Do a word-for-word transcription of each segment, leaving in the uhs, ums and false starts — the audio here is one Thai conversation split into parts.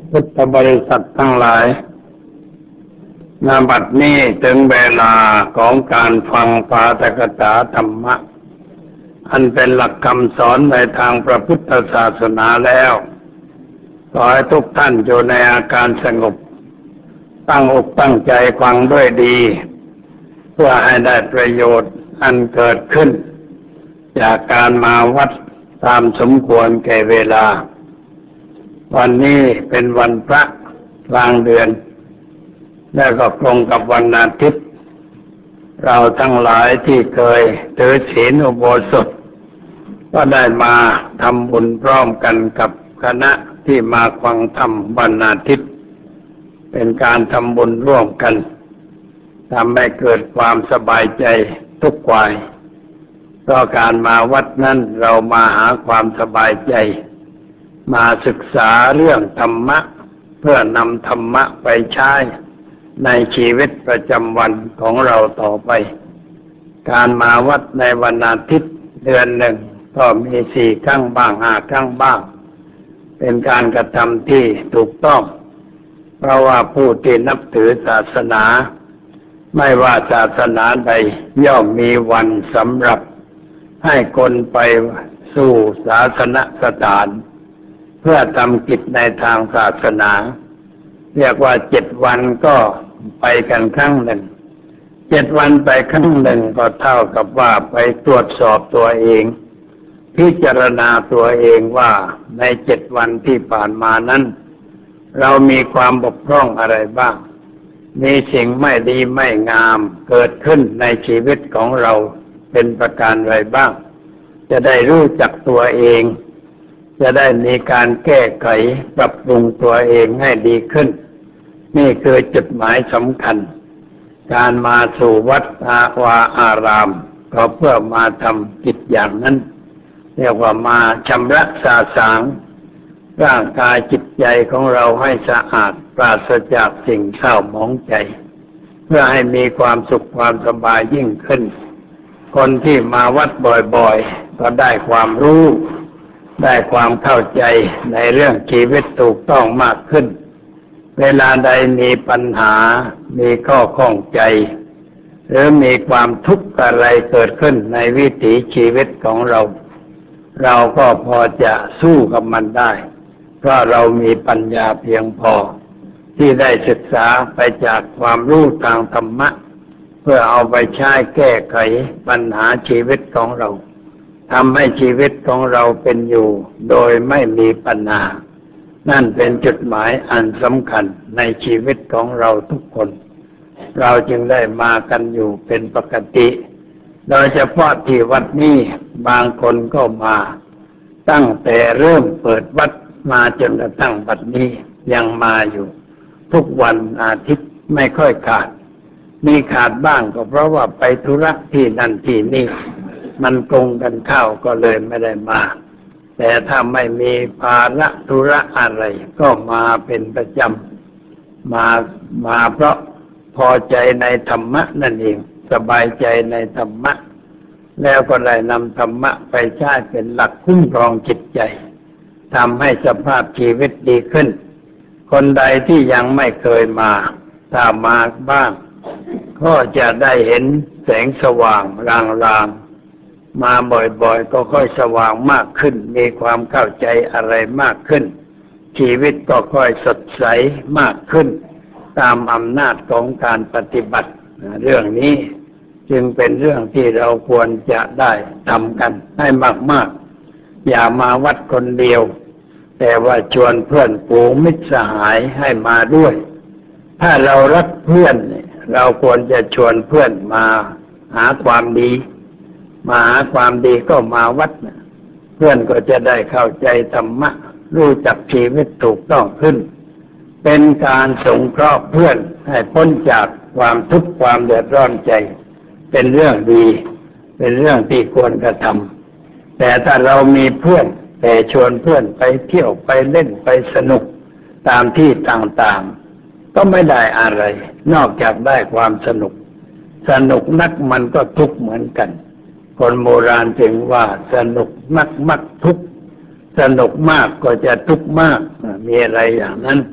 พุทธบริษัททั้งหลายณ บัดนี้ถึงเวลาของการฟังปาฐกถาธรรมะอันเป็นหลักคำสอนในทางพระพุทธศาสนาแล้วขอให้ทุกท่านอยู่ในอาการสงบตั้งอกตั้งใจฟังด้วยดีเพื่อให้ได้ประโยชน์อันเกิดขึ้นจากการมาวัดตามสมควรแก่เวลาวันนี้เป็นวันพระกลางเดือนและก็ตรงกับวันอาทิตย์เราทั้งหลายที่เคยถือศีลอุโบสถก็ได้มาทำบุญพร้อมกันกับคณะที่มาฟังธรรมวันอาทิตย์เป็นการทำบุญร่วมกันทำให้เกิดความสบายใจทุกฝ่ายเพราะการมาวัดนั้นเรามาหาความสบายใจมาศึกษาเรื่องธรรมะเพื่อนำธรรมะไปใช้ในชีวิตประจำวันของเราต่อไปการมาวัดในวันอาทิตย์เดือนหนึ่งก็มีสี่ครั้งบ้างห้าครั้งบ้างเป็นการกระทำที่ถูกต้องเพราะว่าผู้ที่นับถือศาสนาไม่ว่าศาสนาใดย่อมมีวันสำหรับให้คนไปสู่ศาสนสถานเพื่อทำกิจในทางศาสนาเรียกว่าเจ็ดวันก็ไปกันครั้งหนึ่งเจ็ดวันไปครั้งหนึ่งก็เท่ากับว่าไปตรวจสอบตัวเองพิจารณาตัวเองว่าในเจ็ดวันที่ผ่านมานั้นเรามีความบกพร่องอะไรบ้างมีสิ่งไม่ดีไม่งามเกิดขึ้นในชีวิตของเราเป็นประการใดบ้างจะได้รู้จักตัวเองจะได้มีการแก้ไขปรับปรุงตัวเองให้ดีขึ้นนี่คือจุดหมายสำคัญการมาสู่วัดอาวาอารามก็เพื่อมาทำกิจอย่างนั้นเรียกว่ามาชำระสาสางร่างกายจิตใจของเราให้สะอาดปราศจากสิ่งเศร้าหมองใจเพื่อให้มีความสุขความสบายยิ่งขึ้นคนที่มาวัดบ่อยๆก็ได้ความรู้ได้ความเข้าใจในเรื่องชีวิตถูกต้องมากขึ้นเวลาใดมีปัญหามีข้อข้องใจหรือมีความทุกข์อะไรเกิดขึ้นในวิถีชีวิตของเราเราก็พอจะสู้กับมันได้เพราะเรามีปัญญาเพียงพอที่ได้ศึกษาไปจากความรู้ทางธรรมะเพื่อเอาไปใช้แก้ไขปัญหาชีวิตของเราทำให้ชีวิตของเราเป็นอยู่โดยไม่มีปัญหานั่นเป็นจุดหมายอันสำคัญในชีวิตของเราทุกคนเราจึงได้มากันอยู่เป็นปกติโดยเฉพาะที่วัดนี้บางคนก็มาตั้งแต่เริ่มเปิดวัดมาจนกระทั่งบัดนี้ยังมาอยู่ทุกวันอาทิตย์ไม่ค่อยขาดมีขาดบ้างก็เพราะว่าไปธุระที่นั่นที่นี่มันตรงกันเข้าก็เลยไม่ได้มาแต่ถ้าไม่มีภาระธุระอะไรก็มาเป็นประจำมามาเพราะพอใจในธรรมะนั่นเองสบายใจในธรรมะแล้วก็ได้นำธรรมะไปใช้เป็นหลักคุ้มครองจิตใจทำให้สภาพชีวิตดีขึ้นคนใดที่ยังไม่เคยมาถ้ามาบ้างก็จะได้เห็นแสงสว่างรางๆมาบ่อยๆก็ค่อยสว่างมากขึ้นมีความเข้าใจอะไรมากขึ้นชีวิตก็ค่อยสดใสมากขึ้นตามอำนาจของการปฏิบัติเรื่องนี้จึงเป็นเรื่องที่เราควรจะได้ทำกันให้มากๆอย่ามาวัดคนเดียวแต่ว่าชวนเพื่อนฝูงมิตรสหายให้มาด้วยถ้าเรารักเพื่อนเราควรจะชวนเพื่อนมาหาความดีมาหาความดีก็มาวัดเพื่อนก็จะได้เข้าใจธรรมะรู้จักชีวิตถูกต้องขึ้นเป็นการสงเคราะห์เพื่อนให้พ้นจากความทุกข์ความเดือดร้อนใจเป็นเรื่องดีเป็นเรื่องที่ควรกระทำแต่ถ้าเรามีเพื่อนแต่ชวนเพื่อนไปเที่ยวไปเล่นไปสนุกตามที่ต่างๆก็ไม่ได้อะไรนอกจากได้ความสนุกสนุกนักมันก็ทุกข์เหมือนกันคนโบราณถึงว่าสนุกนักมักทุกข์สนุกมากก็จะทุกข์มากมีอะไรอย่างนั้น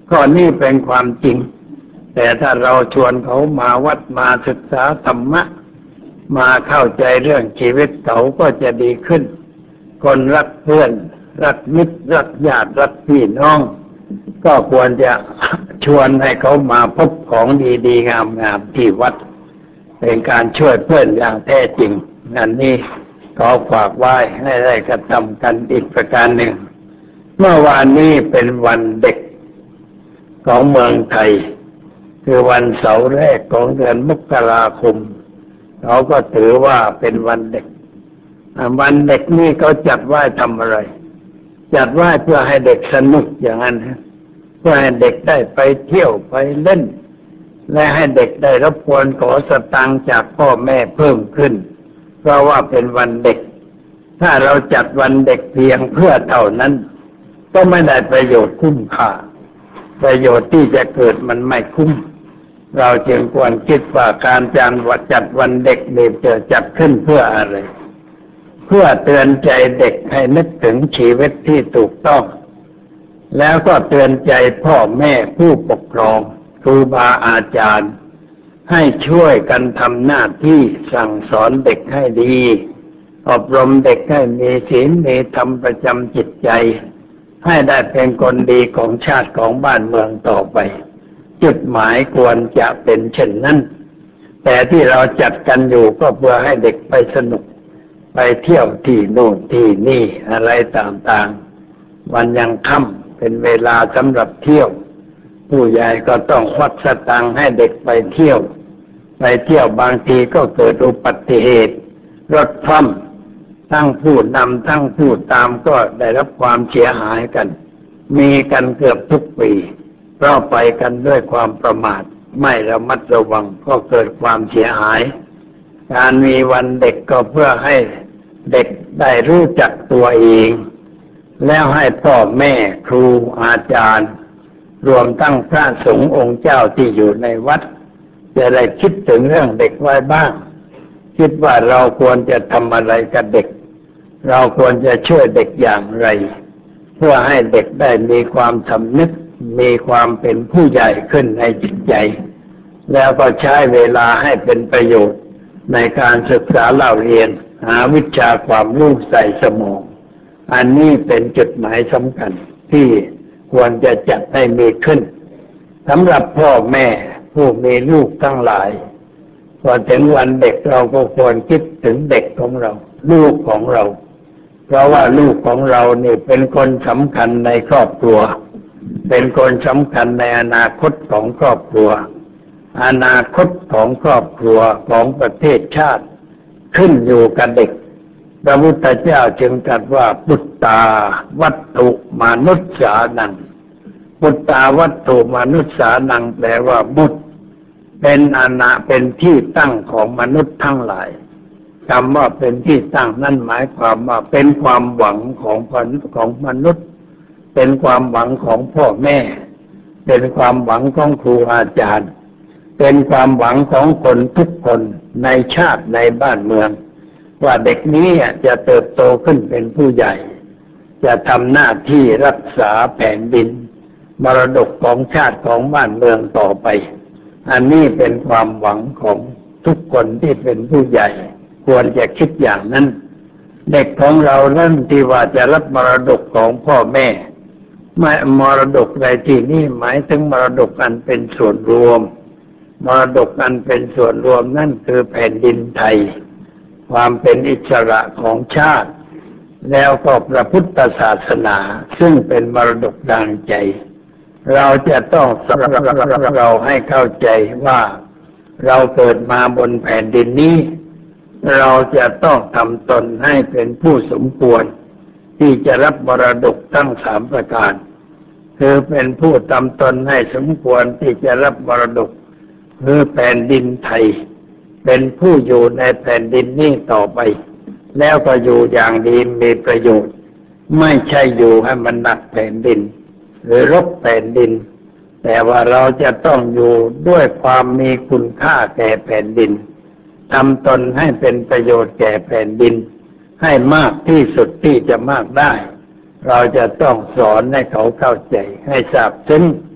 ข้อนี้เป็นความจริงแต่ถ้าเราชวนเขามาวัดมาศึกษาธรรมะมาเข้าใจเรื่องชีวิตเขาก็จะดีขึ้นคนรักเพื่อนรักมิตรรักญาติรักพี่น้องก็ควรจะชวนให้เขามาพบของดีๆงามๆที่วัดเป็นการช่วยเพื่อนอย่างแท้จริงนั่นนี่ขอฝากไว้ให้ได้กระทำกันอีกประการหนึ่งเมื่อวานนี้เป็นวันเด็กของเมืองไทยคือวันเสาร์แรกของเดือนมกราคมเขาก็ถือว่าเป็นวันเด็กวันเด็กนี่เขาจัดไว้ทำอะไรจัดไว้เพื่อให้เด็กสนุกอย่างนั้นเพื่อให้เด็กได้ไปเที่ยวไปเล่นและให้เด็กได้รับควรขอสตังค์จากพ่อแม่เพิ่มขึ้นเพราะว่าเป็นวันเด็กถ้าเราจัดวันเด็กเพียงเพื่อเท่านั้นก็ไม่ได้ประโยชน์คุ้มค่าประโยชน์ที่จะเกิดมันไม่คุ้มเราจึงควรคิดว่าการจัดวันจัดวันเด็กเนี่ยจะจัดขึ้นเพื่ออะไรเพื่อเตือนใจเด็กให้นึกถึงชีวิตที่ถูกต้องแล้วก็เตือนใจพ่อแม่ผู้ปกครองครูบาอาจารย์ให้ช่วยกันทำหน้าที่สั่งสอนเด็กให้ดีอบรมเด็กให้มีศีลมีธรรมประจำจิตใจให้ได้เป็นคนดีของชาติของบ้านเมืองต่อไปจุดหมายควรจะเป็นเช่นนั้นแต่ที่เราจัดกันอยู่ก็เพื่อให้เด็กไปสนุกไปเที่ยวที่โน่นที่นี่อะไรต่างๆวันยังค่ำเป็นเวลาสำหรับเที่ยวผู้ใหญ่ก็ต้องควักสตางค์ให้เด็กไปเที่ยวไปเที่ยวบางทีก็เกิดอุบัติเหตุรถคว่ำทั้งผู้นำทั้งผู้ตามก็ได้รับความเสียหายกันมีกันเกือบทุกปีเพราะไปกันด้วยความประมาทไม่ระมัดระวังก็เกิดความเสียหายการมีวันเด็กก็เพื่อให้เด็กได้รู้จักตัวเองแล้วให้พ่อแม่ครูอาจารย์รวมทั้งพระสงฆ์องค์เจ้าที่อยู่ในวัดจะได้คิดถึงเรื่องเด็กไว้บ้างคิดว่าเราควรจะทำอะไรกับเด็กเราควรจะช่วยเด็กอย่างไรเพื่อให้เด็กได้มีความสำนึกมีความเป็นผู้ใหญ่ขึ้นในจิตใจแล้วก็ใช้เวลาให้เป็นประโยชน์ในการศึกษาเล่าเรียนหาวิชาความรู้ใส่สมองอันนี้เป็นจุดหมายสำคัญที่ควรจะจัดให้มีขึ้นสำหรับพ่อแม่ผู้มีลูกทั้งหลายพอถึงวันเด็กเราก็ควรคิดถึงเด็กของเราลูกของเราเพราะว่าลูกของเรานี่เป็นคนสำคัญในครอบครัวเป็นคนสำคัญในอนาคตของครอบครัวอนาคตของครอบครัวของประเทศชาติขึ้นอยู่กับเด็กพระพุทธเจ้าจึงตรัสว่าปุตตาวัตถุมนุษสานังปุตตาวัตถุมนุษสานังแปลว่าบุตรเป็นอาณาเป็นที่ตั้งของมนุษย์ทั้งหลายคำว่าเป็นที่ตั้งนั่นหมายความว่าเป็นความหวังของของมนุษย์เป็นความหวังของพ่อแม่เป็นความหวังของครูอาจารย์เป็นความหวังของคนทุกคนในชาติในบ้านเมืองว่าเด็กนี้จะเติบโตขึ้นเป็นผู้ใหญ่จะทำหน้าที่รักษาแผ่นดินมรดกของชาติของบ้านเมืองต่อไปอันนี้เป็นความหวังของทุกคนที่เป็นผู้ใหญ่ควรจะคิดอย่างนั้นเด็กของเราเริ่มที่ว่าจะรับมรดกของพ่อแม่ไม่มรดกในที่นี้หมายถึงมรดกอันเป็นส่วนรวมมรดกอันเป็นส่วนรวมนั่นคือแผ่นดินไทยความเป็นอิสระของชาติแล้วก็พระพุทธศาสนาซึ่งเป็นมรดกทางใจเราจะต้องสอนเราให้เข้าใจว่าเราเกิดมาบนแผ่นดินนี้เราจะต้องทำตนให้เป็นผู้สมควรที่จะรับมรดกทั้งสามประการคือเป็นผู้ทำตนให้สมควรที่จะรับมรดกคือแผ่นดินไทยเป็นผู้อยู่ในแผ่นดินนี้ต่อไปแล้วก็อยู่อย่างดีมีประโยชน์ไม่ใช่อยู่ให้มันหนักแผ่นดินหรือรบแผ่นดินแต่ว่าเราจะต้องอยู่ด้วยความมีคุณค่าแก่แผ่นดินทำตนให้เป็นประโยชน์แก่แผ่นดินให้มากที่สุดที่จะมากได้เราจะต้องสอนให้เขาเข้าใจให้ทราบซึ้ง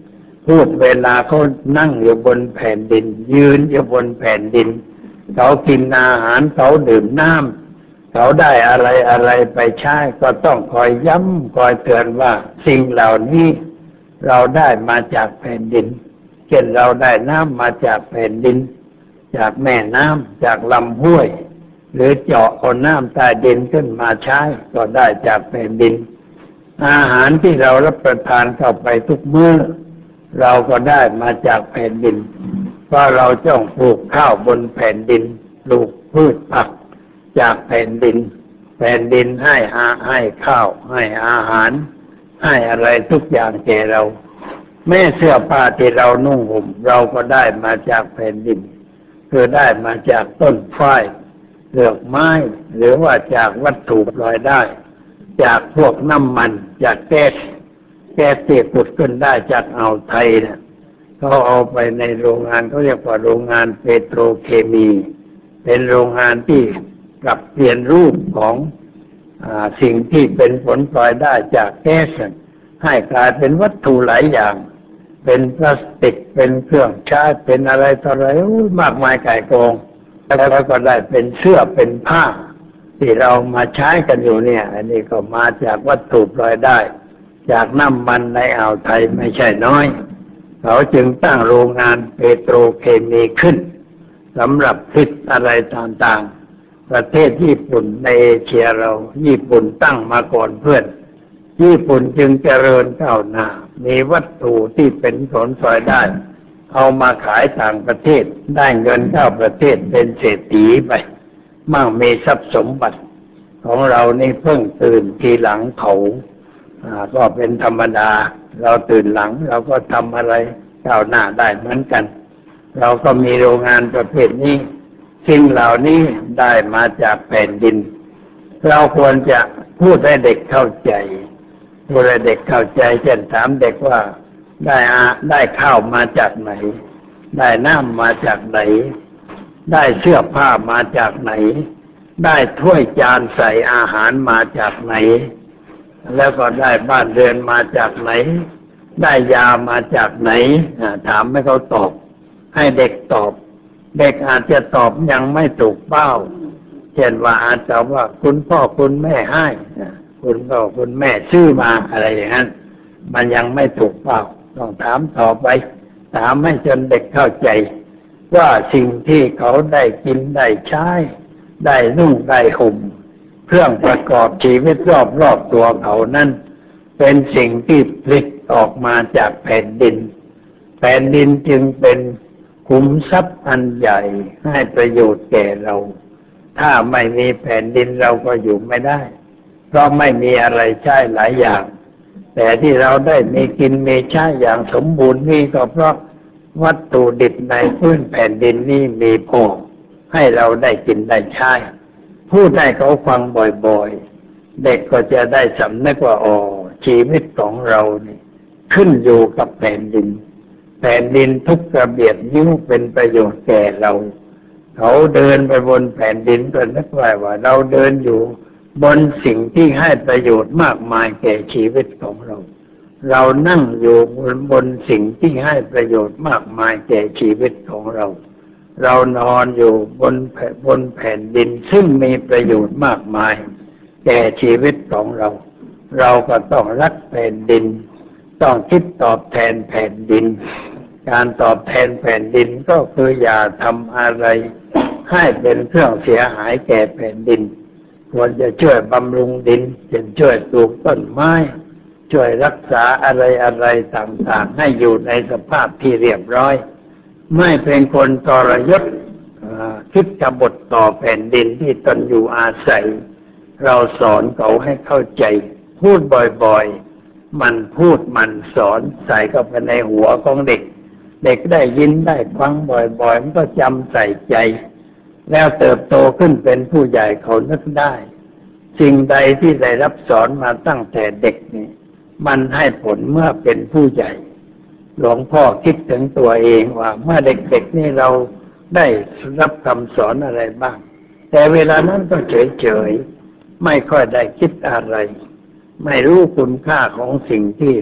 พูดเวลาเขานั่งอยู่บนแผ่นดินยืนอยู่บนแผ่นดินเขากินอาหารเขาดื่มน้ำเขาได้อะไรอะไรไปใช้ก็ต้องคอยย้ำคอยเตือนว่าสิ่งเหล่านี้เราได้มาจากแผ่นดินเช่นเราได้น้ำมาจากแผ่นดินจากแม่น้ำจากลำห้วยหรือเจาะเอาน้ำใต้ดินขึ้นมาใช้ก็ได้จากแผ่นดินอาหารที่เรารับประทานเข้าไปทุกมื้อเราก็ได้มาจากแผ่นดินเพราะเราจ้องปลูกข้าวบนแผ่นดินปลูกพืชผักจากแผ่นดินแผ่นดินให้อาให้ข้าวให้อาหารให้อะไรทุกอย่างแก่เราแม้เสื้อผ้าที่เรานุ่งห่มเราก็ได้มาจากแผ่นดินคือได้มาจากต้นฝ้ายเปลือกไม้หรือว่าจากวัตถุลอยได้จากพวกน้ำมันจากแก๊สแก๊สที่ขุดขึ้นได้จากอ่าวไทยเนี่ยเขาเอาไปในโรงงานเขาเรียกว่าโรงงานเปโตรเคมีเป็นโรงงานที่ปรับเปลี่ยนรูปของอ่าสิ่งที่เป็นผลพลอยได้จากแก๊สให้กลายเป็นวัตถุหลายอย่างเป็นพลาสติกเป็นเครื่องใช้เป็นอะไรต่ออะไรมากมายก่ายกองแล้วก็ได้เป็นเสื้อเป็นผ้าที่เรามาใช้กันอยู่เนี่ยอันนี้ก็มาจากวัตถุพลอยได้จากน้ำมันในอ่าวไทยไม่ใช่น้อยเขาจึงตั้งโรงงานเปโตรเคมีขึ้นสำหรับผลิตอะไรต่างๆประเทศญี่ปุ่นในเอเชียเราญี่ปุ่นตั้งมาก่อนเพื่อนญี่ปุ่นจึงเจริญก้าวหน้ามีวัตถุที่เป็นผลพลอยได้เอามาขายต่างประเทศได้เงินเข้าประเทศเป็นเศรษฐีไปมั่งมีทรัพย์สมบัติของเรานี่เพิ่งตื่นทีหลังเขาอ่าก็เป็นธรรมดาเราตื่นหลังเราก็ทำอะไรก้าวหน้าได้เหมือนกันเราก็มีโรงงานประเภทนี้สิ่งเหล่านี้ได้มาจากแผ่นดินเราควรจะพูดให้เด็กเข้าใจพูดให้เด็กเข้าใจเช่นถามเด็กว่าได้อาได้ข้าวมาจากไหนได้น้ำมาจากไหนได้เสื้อผ้ามาจากไหนได้ถ้วยจานใส่อาหารมาจากไหนแล้วก็ได้บ้านเรือนมาจากไหนได้ยามาจากไหนถามให้เขาตอบให้เด็กตอบเด็กอาจจะตอบยังไม่ถูกเป้าเช่นว่าอาจจะว่าคุณพ่อคุณแม่ให้คุณพ่อคุณแม่ซื้อมาอะไรอย่างนั้นมันยังไม่ถูกเป้าต้องถามต่อไปถามให้จนเด็กเข้าใจว่าสิ่งที่เขาได้กินได้ใช้ได้นุ่งได้ห่มเครื่องประกอบชีวิตรอบๆตัวเขานั้นเป็นสิ่งที่ผลิตออกมาจากแผ่นดินแผ่นดินจึงเป็นขุมทรัพย์อันใหญ่ให้ประโยชน์แก่เราถ้าไม่มีแผ่นดินเราก็อยู่ไม่ได้เพราะไม่มีอะไรใช้หลายอย่างแต่ที่เราได้มีกินมีใช้อย่างสมบูรณ์นี่ก็เพราะวัตถุดิบในพื้นแผ่นดินนี้มีพอให้เราได้กินได้ใช้พูดให้เขาฟังบ่อยๆเด็กก็จะได้สำนึกว่าอ๋อชีวิตของเรานี่ขึ้นอยู่กับแผ่นดินแผ่นดินทุกกระเบียดนิ้วเป็นประโยชน์แก่เราเขาเดินไปบนแผ่นดินก็นึกไว้ว่าเราเดินอยู่บนสิ่งที่ให้ประโยชน์มากมายแก่ชีวิตของเราเรานั่งอยู่บนบนสิ่งที่ให้ประโยชน์มากมายแก่ชีวิตของเราเรานอนอยู่บนบนแผ่นดินซึ่งมีประโยชน์มากมายแก่ชีวิตของเราเราก็ต้องรักแผ่นดินต้องคิดตอบแทนแผ่นดินการตอบแทนแผ่นดินก็คืออย่าทำอะไรให้เป็นเครื่องเสียหายแก่แผ่นดินควรจะช่วยบำรุงดินเช่นช่วยปลูกต้นไม้ช่วยรักษาอะไรอะไรต่างๆให้อยู่ในสภาพที่เรียบร้อยไม่เป็นคนทรยศคิดกบฏต่อแผ่นดินที่ตนอยู่อาศัยเราสอนเขาให้เข้าใจพูดบ่อยๆมันพูดมันสอนใส่เข้าไปในหัวของเด็กเด็กได้ยินได้ฟังบ่อยๆมันก็จำใส่ใจแล้วเติบโตขึ้นเป็นผู้ใหญ่เขานึกได้สิ่งใดที่ได้รับสอนมาตั้งแต่เด็กนี่มันให้ผลเมื่อเป็นผู้ใหญ่หลวงพ่อคิดถึงตัวเองว่าเมื่อเด็กๆนี่เราได้รับคำสอนอะไรบ้างแต่เวลานั้นก็เฉยๆไม่ค่อยได้คิดอะไรไม่รู้คุณค่าของสิ่งที่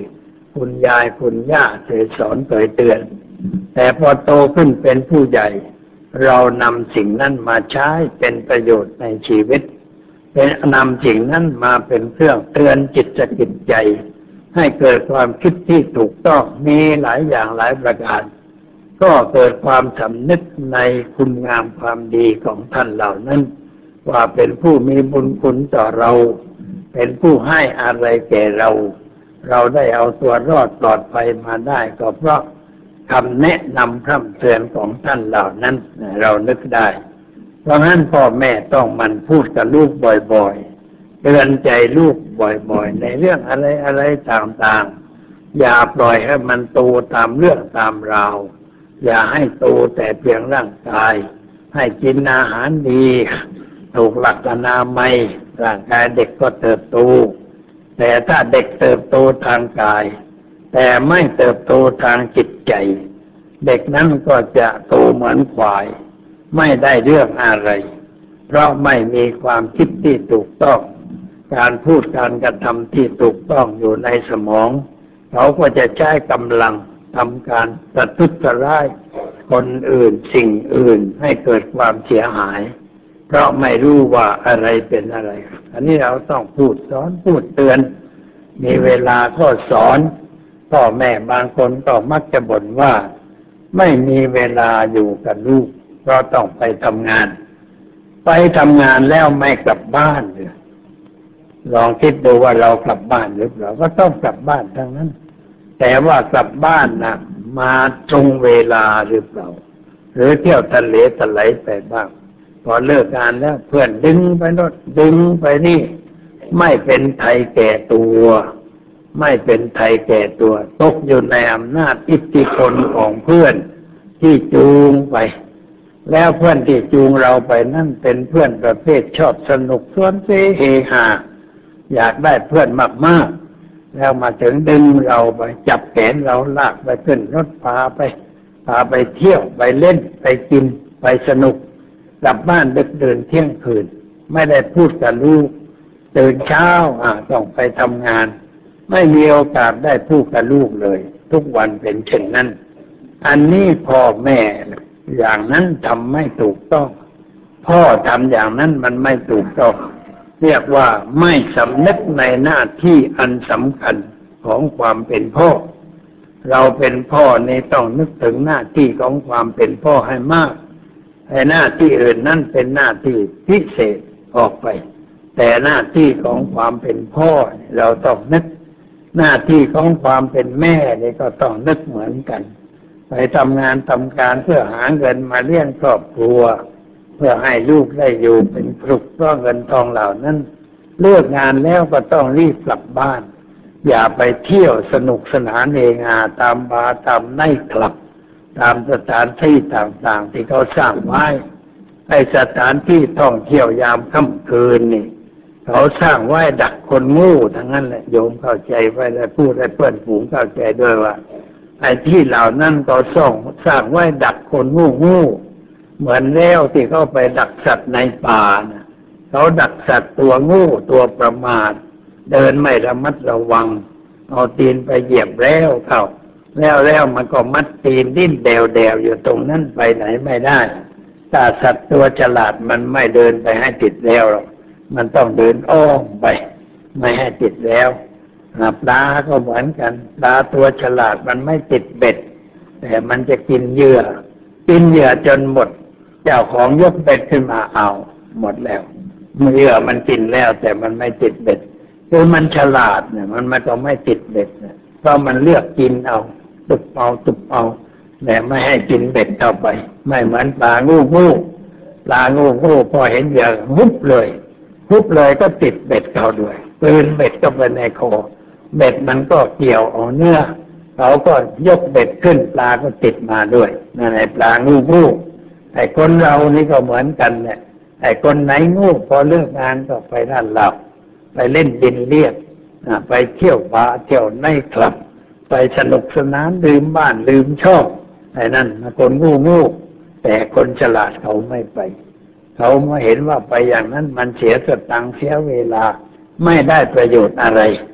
คุณยายคุณย่าเคยสอนเคยเตือนแต่พอโตขึ้นเป็นผู้ใหญ่เรานำสิ่งนั้นมาใช้เป็นประโยชน์ในชีวิตเป็นนำสิ่งนั้นมาเป็นเครื่องเตือนจิตจิตใจให้เกิดความคิดที่ถูกต้องมีหลายอย่างหลายประการก็เกิดความสำนึกในคุณงามความดีของท่านเหล่านั้นว่าเป็นผู้มีบุญคุณต่อเราเป็นผู้ให้อะไรแก่เราเราได้เอาตัวรอดปลอดภัยมาได้ก็เพราะคำแนะนำพร่ำเตือนของท่านเหล่านั้นเรานึกได้เพราะงั้นพ่อแม่ต้องมันพูดกับลูกบ่อยๆเตือนใจลูกบ่อยๆในเรื่องอะไรอะไรต่างๆอย่าปล่อยให้มันโตตามเรื่องตามราวอย่าให้โตแต่เพียงร่างกายให้กินอาหารดีถูกหลักอนามัยร่างกายเด็กก็เติบโตแต่ถ้าเด็กเติบโตทางกายแต่ไม่เติบโตทางจิตใจเด็กนั้นก็จะโตเหมือนควายไม่ได้เรื่องอะไรเพราะไม่มีความคิดที่ถูกต้องการพูดการกระทำที่ถูกต้องอยู่ในสมองเขาก็จะใช้กำลังทำการประทุษร้ายคนอื่นสิ่งอื่นให้เกิดความเสียหายเพราะไม่รู้ว่าอะไรเป็นอะไรอันนี้เราต้องพูดสอนพูดเตือนมีเวลาก็สอนพ่อแม่บางคนก็มักจะบ่นว่าไม่มีเวลาอยู่กับลูกเพราะต้องไปทำงานไปทำงานแล้วไม่กลับบ้านเลยลองคิดดูว่าเรากลับบ้านหรือเปล่าก็ต้องกลับบ้านทั้งนั้นแต่ว่ากลับบ้านนะมาตรงเวลาหรือเปล่าหรือเที่ยวทะเลทลายไปบ้างพอเลิกงานแล้วเพื่อนดึงไปโน่นดึงไปนี่ไม่เป็นไทยแก่ตัวไม่เป็นไทยแก่ตัวตกอยู่ในอำนาจอิทธิพลของเพื่อนที่จูงไปแล้วเพื่อนที่จูงเราไปนั่นเป็นเพื่อนประเภทชอบสนุกสวนเสเฮฮาอยากได้เพื่อนมากๆแล้วมาถึงดึงเราไปจับแขนเราลากไปขึ้นรถพาไปพาไปเที่ยวไปเล่นไปกินไปสนุกกลับบ้านดึกดื่นเที่ยงคืนไม่ได้พูดกับลูกตื่นเช้าอ่าต้องไปทำงานไม่มีโอกาสได้พูดกับลูกเลยทุกวันเป็นเช่นนั้นอันนี้พ่อแม่อย่างนั้นทำไม่ถูกต้องพ่อทำอย่างนั้นมันไม่ถูกต้องเรียกว่าไม่สำนึกในหน้าที่อันสำคัญของความเป็นพ่อเราเป็นพ่อนี่ต้องนึกถึงหน้าที่ของความเป็นพ่อให้มากไอ้หน้าที่อื่นนั่นเป็นหน้าที่พิเศษออกไปแต่หน้าที่ของความเป็นพ่อเราต้องนึกหน้าที่ของความเป็นแม่นี่ก็ต้องนึกเหมือนกันไปทำงานทำการเพื่อหาเงินมาเลี้ยงครอบครัวเพื่อให้ลูกได้อยู่เป็นสุขเพราะเงินทองเหล่านั้นเลิกงานแล้วก็ต้องรีบกลับบ้านอย่าไปเที่ยวสนุกสนานเฮฮาตามบาร์ตามไนท์คลับตามสถานที่ต่างๆที่เขาสร้างไว้ไอ้สถานที่ท่องเที่ยวยามค่ำคืนนี่เขาสร้างไว้ดักคนโง่ทั้งนั้นแหละโยมเข้าใจไว้แล้วพูดให้เพื่อนฝูงเข้าใจด้วยว่าไอ้ที่เหล่านั้นก็สร้างสร้างไว้ดักคนโง่โง่เหมือนแล้วที่เขาไปดักสัตว์ในป่านะเขาดักสัตว์ตัวโง่ตัวประมาทเดินไม่ระมัดระวังเอาตีนไปเหยียบแล้วเข้าแล้วแล้วมันก็มัดตีนดิ้นเดวเดวอยู่ตรงนั้นไปไหนไม่ได้ถ้าสัตว์ตัวฉลาดมันไม่เดินไปให้ติดแล้วหรอกมันต้องเดินอ้อมไปไม่ให้ติดแล้วปลาก็เหมือนกันปลาตัวฉลาดมันไม่ติดเบ็ดแต่มันจะกินเหยื่อกินเหยื่อจนหมดเจ้าของยกเบ็ดขึ้นมาเอาหมดแล้วเหยื่อมันกินแล้วแต่มันไม่ติดเบ็ดคือมันฉลาดเนี่ยมันมันก็ไม่ติดเบ็ดเนี่ยเพราะมันเลือกกินเอาตุบเอาตุบเอาแต่ไม่ให้กินเบ็ดเข้าไปไม่เหมือนปลางูงูปลางูงูพอเห็นเหยื่อหุบเลยหุบเลยก็ติดเบ็ดเข้าด้วยปืนเบ็ดก็ไปในคอเบ็ดมันก็เกี่ยวเอาเนื้อเขาก็ยกเบ็ดขึ้นปลาก็ติดมาด้วยนั่นไอ้ปลางูงูไอ้คนเรานี่ก็เหมือนกันเนี่ยไอ้คนไหนงูพอเลิกงานก็ไปนั่นหลับไปเล่นดินเลียดไปเที่ยวบาร์เที่ยวไนท์คลับไปสนุกสนานลืมบ้านลืมช่องไอ้นั่นคนงูงูแต่คนฉลาดเขาไม่ไปเขามาเห็นว่าไปอย่างนั้นมันเสียสตังค์เสียเวลาไม่ได้ประโยชน์อะไร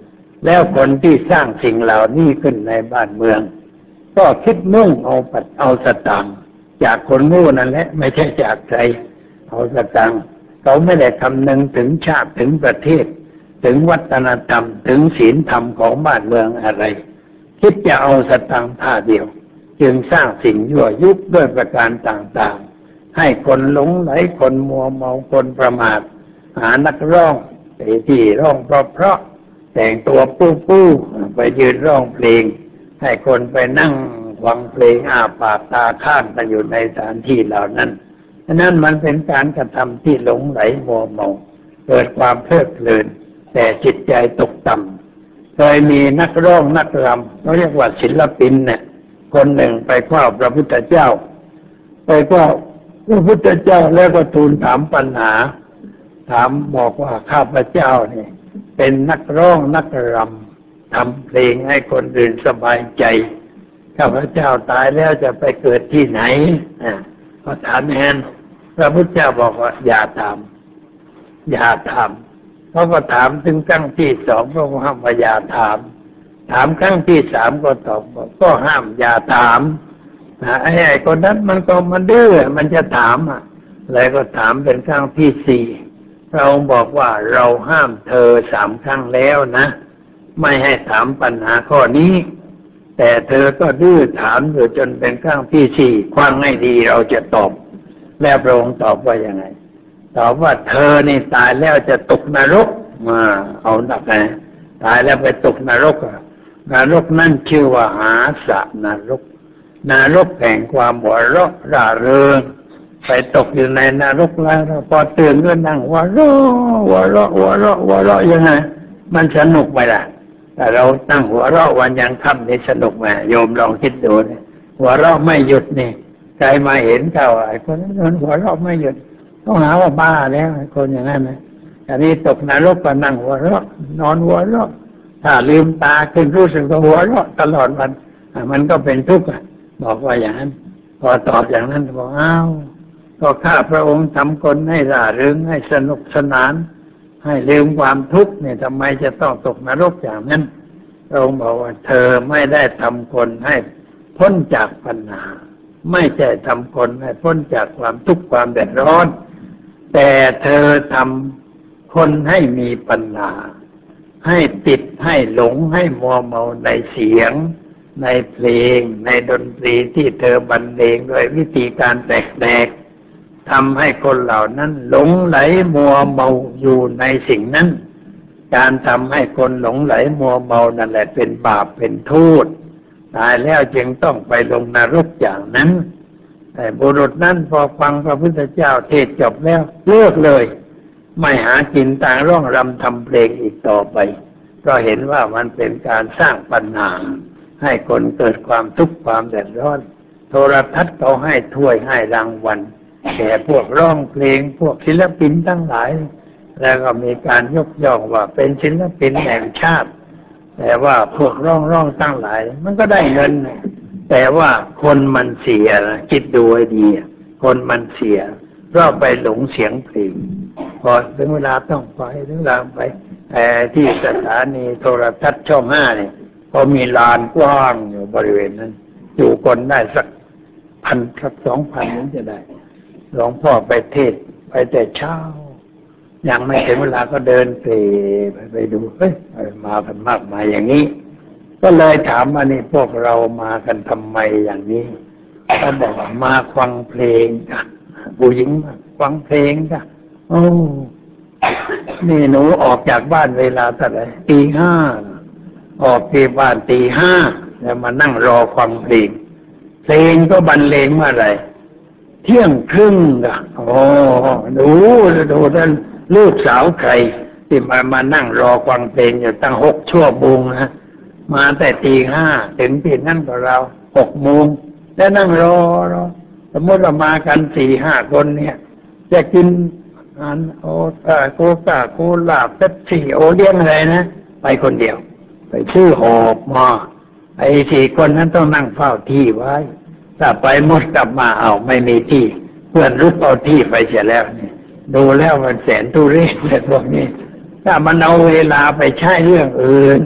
แล้วคนที่สร้างสิ่งเหล่านี้ขึ้นในบ้านเมืองก็คิดมุ่งเอาปัดเอาสตางค์จากคนโง่นั่นแหละไม่ใช่จากใครเอาสตางค์เขาไม่ได้คำนึงถึงชาติถึงประเทศถึงวัฒนธรรมถึงศีลธรรมของบ้านเมืองอะไรคิดจะเอาสตางค์ท่าเดียวจึงสร้างสิ่งยั่วยุด้วยประการต่างๆให้คนหลงไหลคนมัวเมาคนประมาทหานักร้องไปที่ร้องเพราะๆแต่งตัวปู้ปู้ไปยืนร้องเพลงให้คนไปนั่งฟังเพลงอาปากตาข้างกันอยู่ในสถานที่เหล่านั้นฉะนั้นมันเป็นการกระทำที่หลงไหลมัวเมาเกิดความเพลิดเพลินแต่จิตใจตกต่ำเคยมีนักร้องนักรำเขาเรียกว่าศิลปินเนี่ยคนหนึ่งไปเฝ้าพระพุทธเจ้าไปเฝ้าพระพุทธเจ้าแล้วก็ทูลถามปัญหาถามบอกว่าข้าพเจ้าเนี่ยเป็นนักร้องนักรำทำเพลงให้คนอื่นสบายใจข้าพเจ้าตายแล้วจะไปเกิดที่ไหนอ่าพอถามแทนพระพุทธเจ้าบอกว่าอย่าถามอย่าถามเขาก็ถามถึงครั้งที่สองพระองค์ห้ามอย่าถามถามครั้งที่สามก็ตอบบอกก็ห้ามอย่าถามไอ้ไอ้คนนั้นมันก็มันดื้อมันจะถามอ่ะเลยก็ถามเป็นครั้งที่สี่พระองค์บอกว่าเราห้ามเธอสามครั้งแล้วนะไม่ให้ถามปัญหาข้อนี้แต่เธอก็ดื้อถามอยู่จนเป็นครั้งที่สี่ฟังให้ดีเราจะตอบแล้วพระองค์ตอบว่ายังไงตอบว่าเธอนี่ตายแล้วจะตกนรกมาเอาหนักนะตายแล้วไปตกนรกนรกนั่นชื่อว่าหาสะนรกนรกแห่งความหัวเราะร่าเริงไปตกอยู่ในนรกแล้วพอตื่นก็นั่งหัวเราะหัวเราะหัวเราะหัวเราะยังไงมันสนุกไหมล่ะแต่เราตั้งหัวเราะวันยังค่ำนี่สนุกไหมโยมลองคิดดูนะหัวเราะไม่หยุดนี่ใครมาเห็นเขาไอ้คนนั้นหัวเราะไม่หยุดต้องหาว่าบ้าแล้วคนอย่างนั้นนะอันนี้ตกนรกก็นั่งหัวเราะนอนหัวเราะถ้าลืมตาขึ้นรู้สึกว่าหัวเราะตลอดวันมันก็เป็นทุกข์บอกว่าอย่างนั้นพอตอบอย่างนั้นบอกอ้าวก็ข้าพระองค์ทำคนให้ร่าเริงให้สนุกสนานให้ลืมความทุกข์เนี่ยทำไมจะต้องตกนรกอย่างนั้นพระองค์บอกว่าเธอไม่ได้ทำคนให้พ้นจากปัญหาไม่ใช่ทำคนให้พ้นจากความทุกข์ความเดือดร้อนแต่เธอทำคนให้มีปัญหาให้ติดให้หลงให้มัวเมาในเสียงในเพลงในดนตรีที่เธอบรรเลงโดยวิธีการแปลกๆทำให้คนเหล่านั้นหลงไหลมัวเมาอยู่ในสิ่งนั้นการทำให้คนหลงไหลมัวเมานั่นแหละเป็นบาปเป็นโทษตายแล้วจึงต้องไปลงนรกอย่างนั้นแต่บุรุษนั้นพอฟังพระพุทธเจ้าเทศจบแล้วเลิกเลยไม่หากินต่างร้องรำทำเพลงอีกต่อไปเพราะเห็นว่ามันเป็นการสร้างปัญหาให้คนเกิดความทุกข์ความเดือดร้อนโทรทัศน์เขาให้ถ้วยให้รางวัลแก่พวกร้องเพลงพวกศิลปินทั้งหลายแล้วก็มีการยกย่องว่าเป็นศิลปินแห่งชาติแต่ว่าพวกร้องร้องทั้งหลายมันก็ได้เงินแต่ว่าคนมันเสียนะคิดดูให้ดีคนมันเสียเพราะไปหลงเสียงเพลงพอถึงเวลาต้องไปถึงเวลาไปแต่ที่สถานีโทรทัศน์ช่องห้าเนี่ยก็มีลานกว้างอยู่บริเวณนั้นอยู่คนได้สักพันสักสองพันนั้นจะได้หลวงพ่อไปเทศไปแต่เช้ายังไม่ถึงเวลาก็เดินไปไปไปดูเฮ้ยมากันมากมายอย่างนี้ก็เลยถามว่านี่พวกเรามากันทำไมอย่างนี้เขาบอกว่ามาฟังเพลงค่ะผู้หญิงมาฟังเพลงค่ะโอ้นี่หนูออกจากบ้านเวลาเท่าไหร่ตีห้าออกที่บ้านตีห้าแล้วมานั่งรอฟังเพลงเพลงก็บรรเลงเมื่อไหร่เที่ยงครึ่งค่ะโอ้ดูดูท่านลูกสาวใครที่มามานั่งรอฟังเพลงอยู่ตั้งหกชั่วโมงนะมาแต่ตีห้าถึงที่นั่นกับเราหกโมงแล้วนั่งรอรอสมมติเรามากันสี่ห้าคนเนี่ยจะกินอันโอตาโกกาโกลาเป๊ปซี่โอเลี้ยงอะไรนะไปคนเดียวไปชื่อหอบมาไอ้สี่คนนั้นต้องนั่งเฝ้าที่ไว้ถ้าไปหมดกลับมาเอาไม่มีที่เพื่อนรุกเอาที่ไปเสียแล้วเนี่ยดูแล้วมันแสนทุเรศเลยพวกนี้ถ้ามันเอาเวลาไปใช้เรื่องอื่น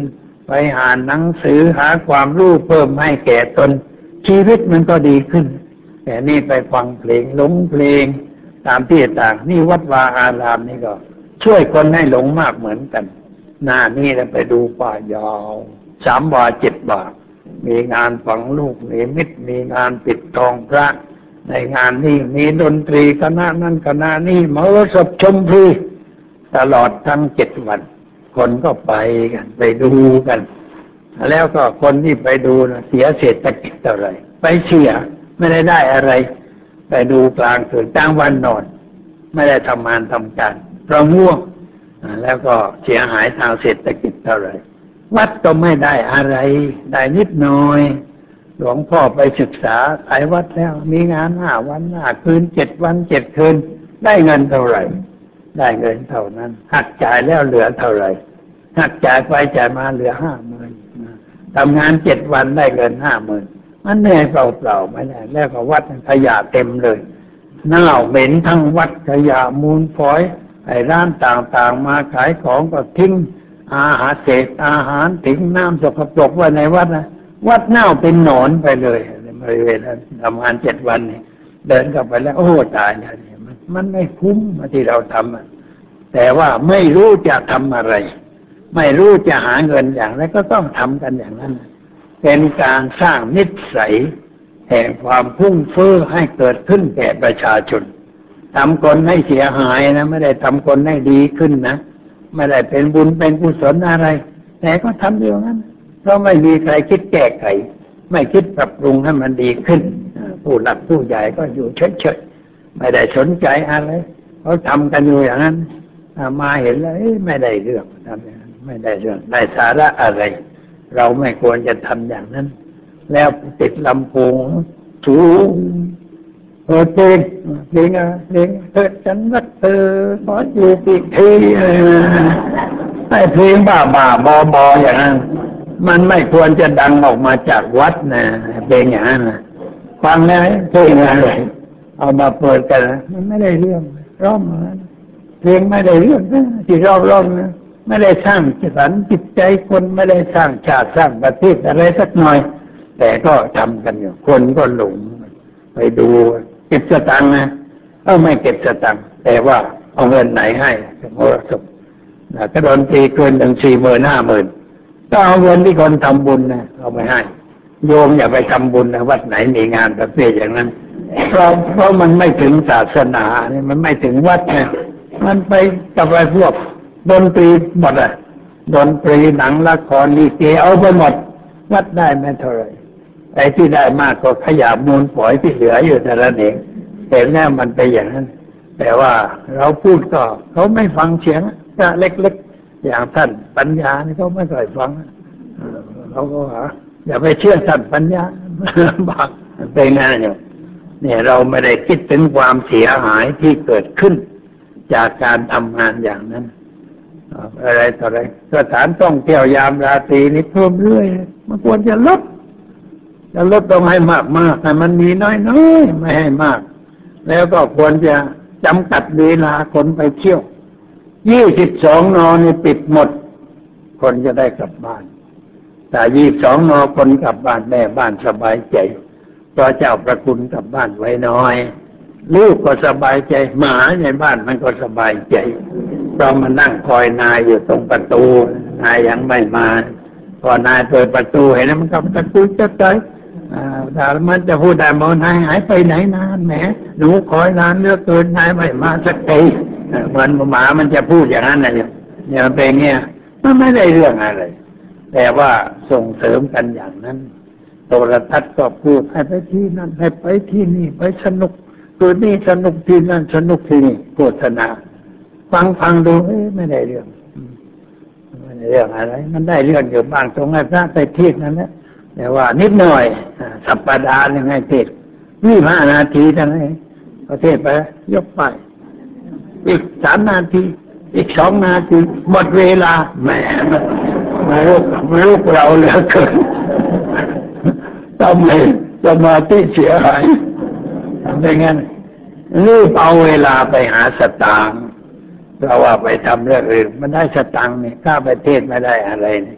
ไปอ่านหนังสือหาความรู้เพิ่มให้แก่ตนชีวิตมันก็ดีขึ้นแต่นี่ไปฟังเพลงหลงเพลงตามที่ต่างนี่วัดวาอารามนี่ก็ช่วยคนให้หลงมากเหมือนกันหน้านี่เราไปดูป่ายาวสามวาเจ็ดวามีงานฝังลูกนิมิตมีงานปิดทองพระในงานนี้มีดนตรีคณะนั้นคณะนี้มโหสถชมพลีตลอดทั้งเจ็ดวันคนก็ไปกันไปดูกันแล้วก็คนที่ไปดูนะเสียเศรษฐกิจเท่าไหร่ไปเสียไม่ได้ได้อะไรไปดูกลางคืนกลางวันนอนไม่ได้ทำงานทำการเพราะง่วงแล้วก็เสียหายทางเศรษฐกิจเท่าไหร่วัดก็ไม่ได้อะไรได้นิดหน่อยหลวงพ่อไปศึกษาหลายวัดแล้วมีงานห้าวันห้าคืนเจ็ดวันเจ็ดคืนได้เงินเท่าไหร่ได้เงินเท่านั้นหักจ่ายแล้วเหลือเท่าไหร่หักจ่ายไปจ่ายมาเหลือห้าหมื่นทำงานเจ็ดวันได้เงินห้าหมื่นมันเหนื่อยเปล่าๆไม่ได้แล้วก็วัดขยะเต็มเลยเน่าเหม็นทั้งวัดขยะมูลฝอยไอ้ร้านต่างๆมาขายของก็ทิ้งอาหารเศษอาหารทิ้งน้ำสกปรกไว้ในวัดนะวัดเน่าเป็นหนอนไปเลยบริเวณนั้นทำงานเจ็ดวันนี่เดินกลับไปแล้วโอ้ตายแล้วนี่มันมันไม่คุ้มที่เราทำแต่ว่าไม่รู้จะทำอะไรไม่รู้จะหาเงินอย่างไรก็ต้องทำกันอย่างนั้นเป็นการสร้างนิสัยแห่งความพุ่งเฟ้อให้เกิดขึ้นแก่ประชาชนทำคนให้เสียหายนะไม่ได้ทำคนให้ดีขึ้นนะไม่ได้เป็นบุญเป็นกุศลอะไรแต่ก็ทำอย่างนั้นเพราะไม่มีใครคิดแก้ไขไม่คิดปรับปรุงให้มันดีขึ้นผู้หลักผู้ใหญ่ก็อยู่เฉยๆไม่ได้สนใจอะไรเขาทำกันอยู่อย่างนั้นมาเห็นแล้วไม่ได้เรื่องทำอย่างนั้นไม่ได้เรื่องได้สาระอะไรเราไม่ควรจะทำอย่างนั้นแล้วติดลำโพงสูงเปิดเพลงเพลงอะไรเพลงเธอฉันรักเธอขออยู่ปีกทีไอ้เพลงบ้าบ้าบอบออย่างนั้นมันไม่ควรจะดังออกมาจากวัดนะเพลงอย่างนั้นนะฟังแล้วเพลงอะไรเอามาเปิดกันมันไม่ได้เรื่องร้องมาเพลงไม่ได้เรื่องที่ร้องร้องนะไม่ได้สร้างสรรค์จิตใจคนไม่ได้สร้างชาติสร้างประเทศอะไรสักหน่อยแต่ก็ทำกันอยู่คนก็หลงไปดูเก็บสตังค์นะเออไม่เก็บสตังค์แต่ว่าเอาเงินไหนให้โทรศัพท์ก็โดนตีเกินถึงสี่หมื่นห้าหมื่นก็เอาเงินที่คนทำบุญนะเอาไปให้โยมอย่าไปทำบุญนะวัดไหนมีงานประเภทอย่างนั้นเพราะเพราะมันไม่ถึงศาสนาเนี่ยมันไม่ถึงวัดนะมันไปกับไอ้พวกดนตรีหมดอ่ะดนตรีหนังละครลิเกเอาไปหมดวัดได้ไม่เท่าไหร่ไอ้ที่ได้มากก็ขยะมูลฝอยที่เหลืออยู่แต่ละเองแต่แน่มันไปอย่างนั้นแต่ว่าเราพูดก็เขาไม่ฟังเสียงก็เล็กๆอย่างท่านปัญญานี่เขาไม่ค่อยฟังเขาก็หาอย่าไปเชื่อท่านปัญญาบักเป็นไงเนี่ยเนี่ยเราไม่ได้คิดถึงความเสียหายที่เกิดขึ้นจากการทำงานอย่างนั้นอะไรต่ออะไรสถานท่องเที่ยวยามราตรีนี่เพิ่มเรื่อยมันควรจะลดจะลดต้องให้มากมากแต่มันมีน้อยน้อยไม่ให้มากแล้วก็ควรจะจำกัดเวลาคนไปเที่ยวยี่สิบสองนอนี่ปิดหมดคนจะได้กลับบ้านแต่ยี่สิบสองนอคนกลับบ้านแม่บ้านสบายใจเพราะเจ้าประคุณกลับบ้านไว้น้อยลูกก็สบายใจหมาในบ้านมันก็สบายใจเพราะมันนั่งคอยนายอยู่ตรงประตูนายยังไม่มาพอนายเปิดประตูเห็นแล้วมันก็ตะกุยจะใจถ้ามันจะพูดได้มอนายหายไปไหนนานแหมหนูคอยนานเหลือเกินนายไม่มาสักทีเหมือนหมามันจะพูดอย่างนั้นนะเนี่ยเนี่ยมันเป็นเงี้ยมันไม่ได้เรื่องอะไรแต่ว่าส่งเสริมกันอย่างนั้นโทรทัศน์ก็พูดให้ไปที่นั่นให้ไปที่นี่ไปสนุกตัวนี้สนุกที่นั่นสนุกที่นี่โฆษณาฟังฟังดูเอ้ยไม่ได้เรื่องไม่ได้เรื่องอะไรมันได้เรื่องอยู่บ้างตรงไอ้พระไปเทศนั่นแหละแต่ว่านิดหน่อยสัปดาห์หนึ่งให้เทศยี่ห้านาทีเท่านั้นเองประเทศไปยกไปอีกสามนาทีอีกสองนาทีหมดเวลาแหมมาลูกมาลูกเราเหลือเกินทำไมสมาธิเสียหายเป็นงั้นรีบเอาเวลาไปหาสตางค์เพราะว่าไปทำเรื่องอื่นมันได้สตางค์นี่ค่าประเทศไม่ได้อะไรนี่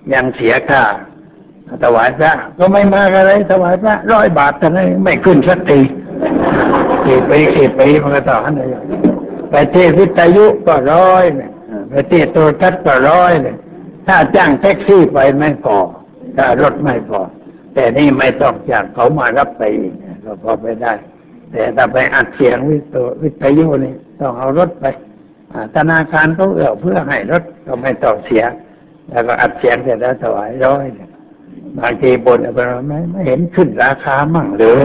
ยังเสียค่าถวายพระก็ไม่มากอะไรถวายพระร้อยบาทแต่นั้นไม่ขึ้นสักทีกี่ปีกี่ปีมันก็ต่อหันเลยไปเทศวิทยุก็ร้อยเนี่ยไปเทศโทรทัศน์ก็ร้อยเนี่ยถ้าจ้างแท็กซี่ไปไม่พอถ้ารถไม่พอแต่นี่ไม่ต้องจ้างเขามารับไปอีกก็พอไปได้แต่ถ้าไปอัดเสียงวิทยุนี่ต้องเอารถไปธนาคารเขาเอื้อเพื่อให้รถก็ไม่ต้องเสียแล้วก็อัดเสียงเสร็จแล้วถวายร้อยบางทีบนอะไรไม่ไม่เห็นขึ้นราคามั่งเลย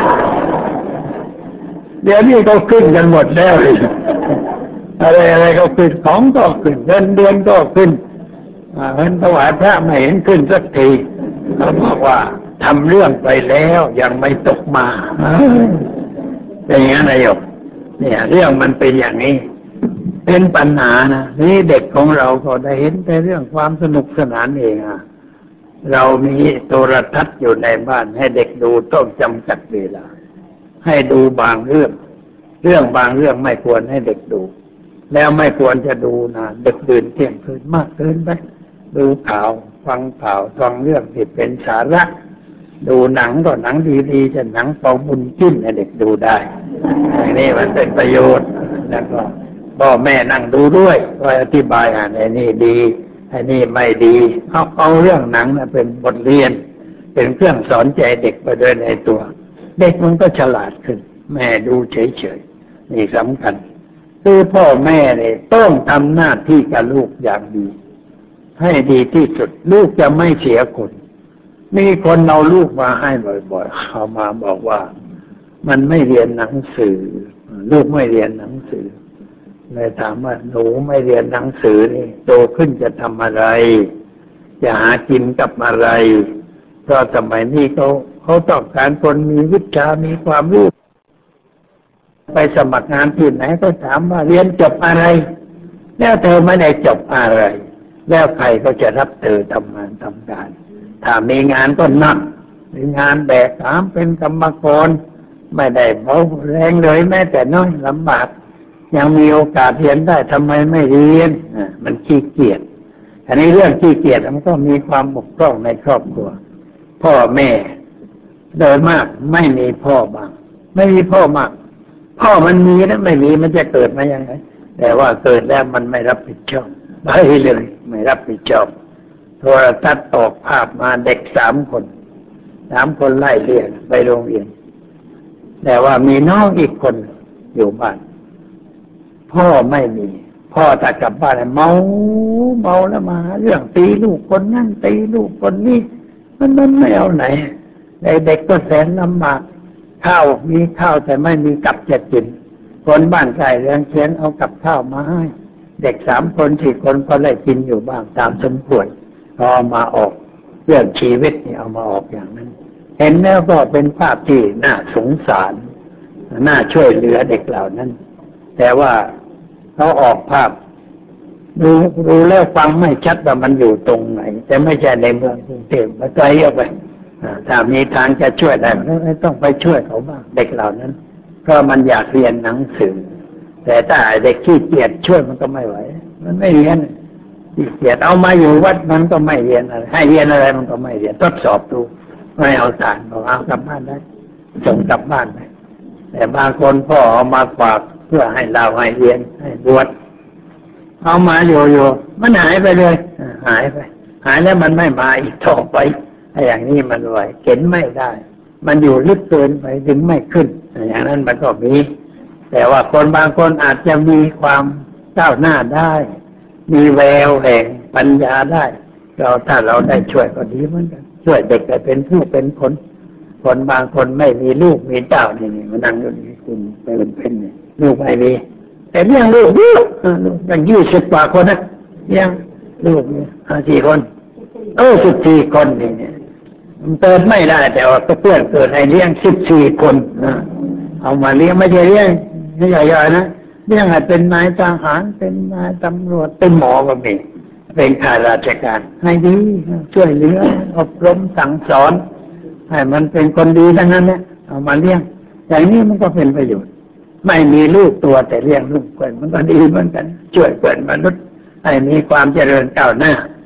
เดี๋ยวนี้เขาขึ้นกันหมดแล้วอะไรอะไรเขาขึ้นของก็ขึ้นเงินเดือนก็ขึ้นเงินถวายพระไม่เห็นขึ้นสักทีเขาบอกว่าทำเรื่องไปแล้วยังไม่ตกมาเป็นอย่างนั้นนายกเนี่ยเรื่องมันเป็นอย่างนี้เป็นปัญหานะนี่เด็กของเราก็ได้เห็นแต่เรื่องความสนุกสนานเองอ่ะเรามีโทรทัศน์อยู่ในบ้านให้เด็กดูต้องจำกัดเวลาให้ดูบางเรื่องเรื่องบางเรื่องไม่ควรให้เด็กดูแล้วไม่ควรจะดูนะเด็กดื่นเที่ยงคืนมากเกินไปดูข่าวฟังข่าวฟังเรื่องที่เป็นสาระดูหนังก็หนังดีๆจะหนังเป่าบุญจิ้นให้เด็กดูได้อย่างนี้มันเป็นประโยชน์แล้วก็พ่อแม่นั่งดูด้วยก็อธิบายอ่านไอ้นี่ดีไอ้นี่ไม่ดีเอาเอาเรื่องหนังนะเป็นบทเรียนเป็นเครื่องสอนใจเด็กไปด้วยในตัวเด็กมันก็ฉลาดขึ้นแม่ดูเฉยๆนี่สำคัญคือพ่อแม่เนี่ยต้องทำหน้าที่กับลูกอย่างดีให้ดีที่สุดลูกจะไม่เสียคนมีคนเอาลูกมาให้บ่อยๆเขามาบอกว่ามันไม่เรียนหนังสือลูกไม่เรียนหนังสือเลยถามว่าหนูไม่เรียนหนังสือนี่โตขึ้นจะทำอะไรจะหากินกับอะไรเพราะสมัยนี้เขาเขาต้องการคนมีวิชามีความรู้ไปสมัครงานที่ไหนก็ถามว่าเรียนจบอะไรแล้วเธอไม่ได้จบอะไรแล้วใครก็จะรับเธอทำงานทำการถ้ามีงานก็นั่งมีงานแบกหามเป็นกรรมกรไม่ได้เบาแรงเลยแม้แต่น้อยลำบากยังมีโอกาสเรียนได้ทำไมไม่เรียนอ่ะมันขี้เกียจอันนี้เรื่องขี้เกียจมันก็มีความบกพร่องในครอบครัวพ่อแม่โดยมากไม่มีพ่อบางไม่มีพ่อมากพ่อมันมีนะไม่มีมันจะเกิดมายังไงแต่ว่าเกิดแล้วมันไม่รับผิดชอบไปเลยไม่รับผิดชอบโทรทัศน์ออกภาพมาเด็กสามคนสามคนไล่เรียนไปโรงเรียนแต่ว่ามีน้องอีกคนอยู่บ้านพ่อไม่มีพ่อถ้ากลับบ้านเมาเมาแล้วมาเรื่องตีลูกคนนั่นตีลูกคนนี้มันมันไม่เอาไหนเด็กก็แสนลำบากข้าวมีข้าวแต่ไม่มีกับจะกินคนบ้านใกล้เรือนเคียงเอากับข้าวมาให้เด็กสามคนสี่คนก็ได้กินอยู่บ้างตามสมควรพอมาออกเรื่องชีวิตนี่เอามาออกอย่างนั้นเห็นแล้วก็เป็นภาพที่น่าสงสารน่าช่วยเหลือเด็กเหล่านั้นแต่ว่าเขาออกภาพดูดูแล้วฟังไม่ชัดว่ามันอยู่ตรงไหนแต่ไม่ใช่ในเมืองกรุงเทพมาไกลออกไปถ้ามีทางจะช่วยได้ก็ต้องไปช่วยเขาบ้างเด็กเหล่านั้นเพราะมันอยากเรียนหนังสือแต่ถ้าเด็กขี้เกียจช่วยมันก็ไม่ไหวมันไม่เรียนขี้เกียจเอามาอยู่วัดมันก็ไม่เรียนอะไรให้เรียนอะไรมันก็ไม่เรียนทดสอบดูไม่เอาสารบอกเอากลับบ้านได้ส่งกลับบ้านได้แต่บางคนพ่อเอามาฝากเพื่อให้เราให้เรียนให้บวชเอามาอยู่อยู่มันหายไปเลยหายไปหายแล้วมันไม่มาอีกต่อไปไอ้อย่างนี้มันไหวเข็นไม่ได้มันอยู่ลึกเกินไปถึงไม่ขึ้นอย่างนั้นมันก็มีแต่ว่าคนบางคนอาจจะมีความก้าวหน้าได้มีแววแห่งปัญญาได้เราถ้าเราได้ช่วยก็ดีเหมือนกันช่วยเด็กให้เป็นผู้เป็นคนคนบางคนไม่มีลูกมีเต้านี่นี่มานั่งอยู่นี่คุณเป็นเป็นนี่ลูกไม่มีแต่เลี้ยงลูกลูกตั้งยี่สิบกว่าคนนะเลี้ยงลูกนี่ห้าสี่คนเออสิบสี่คนนี่เนี่ยมันเกิดไม่ได้แต่ว่าก็เพื่อนเกิดให้เลี้ยงสิบสี่คนนะเอามาเลี้ยงไม่ใช่เลี้ยงไม่ใหญ่ๆนะเลี้ยงให้เป็นนายทหารเป็นนายตำรวจเป็นหมอก็มีเป็นข้าราชการให้ดีช่วยเหลืออบรมสั่งสอนให้มันเป็นคนดีทั้งนั้นเนี่ยเอามาเลี้ยงอย่างนี้มันก็เป็นประโยชน์ไม่มีลูกตัวแต่เลี้ยงลูกเพื่อนมันก็ดีเหมือนกันช่วยเพื่อนมนุษย์ให้มีความเจริญก้าวหน้า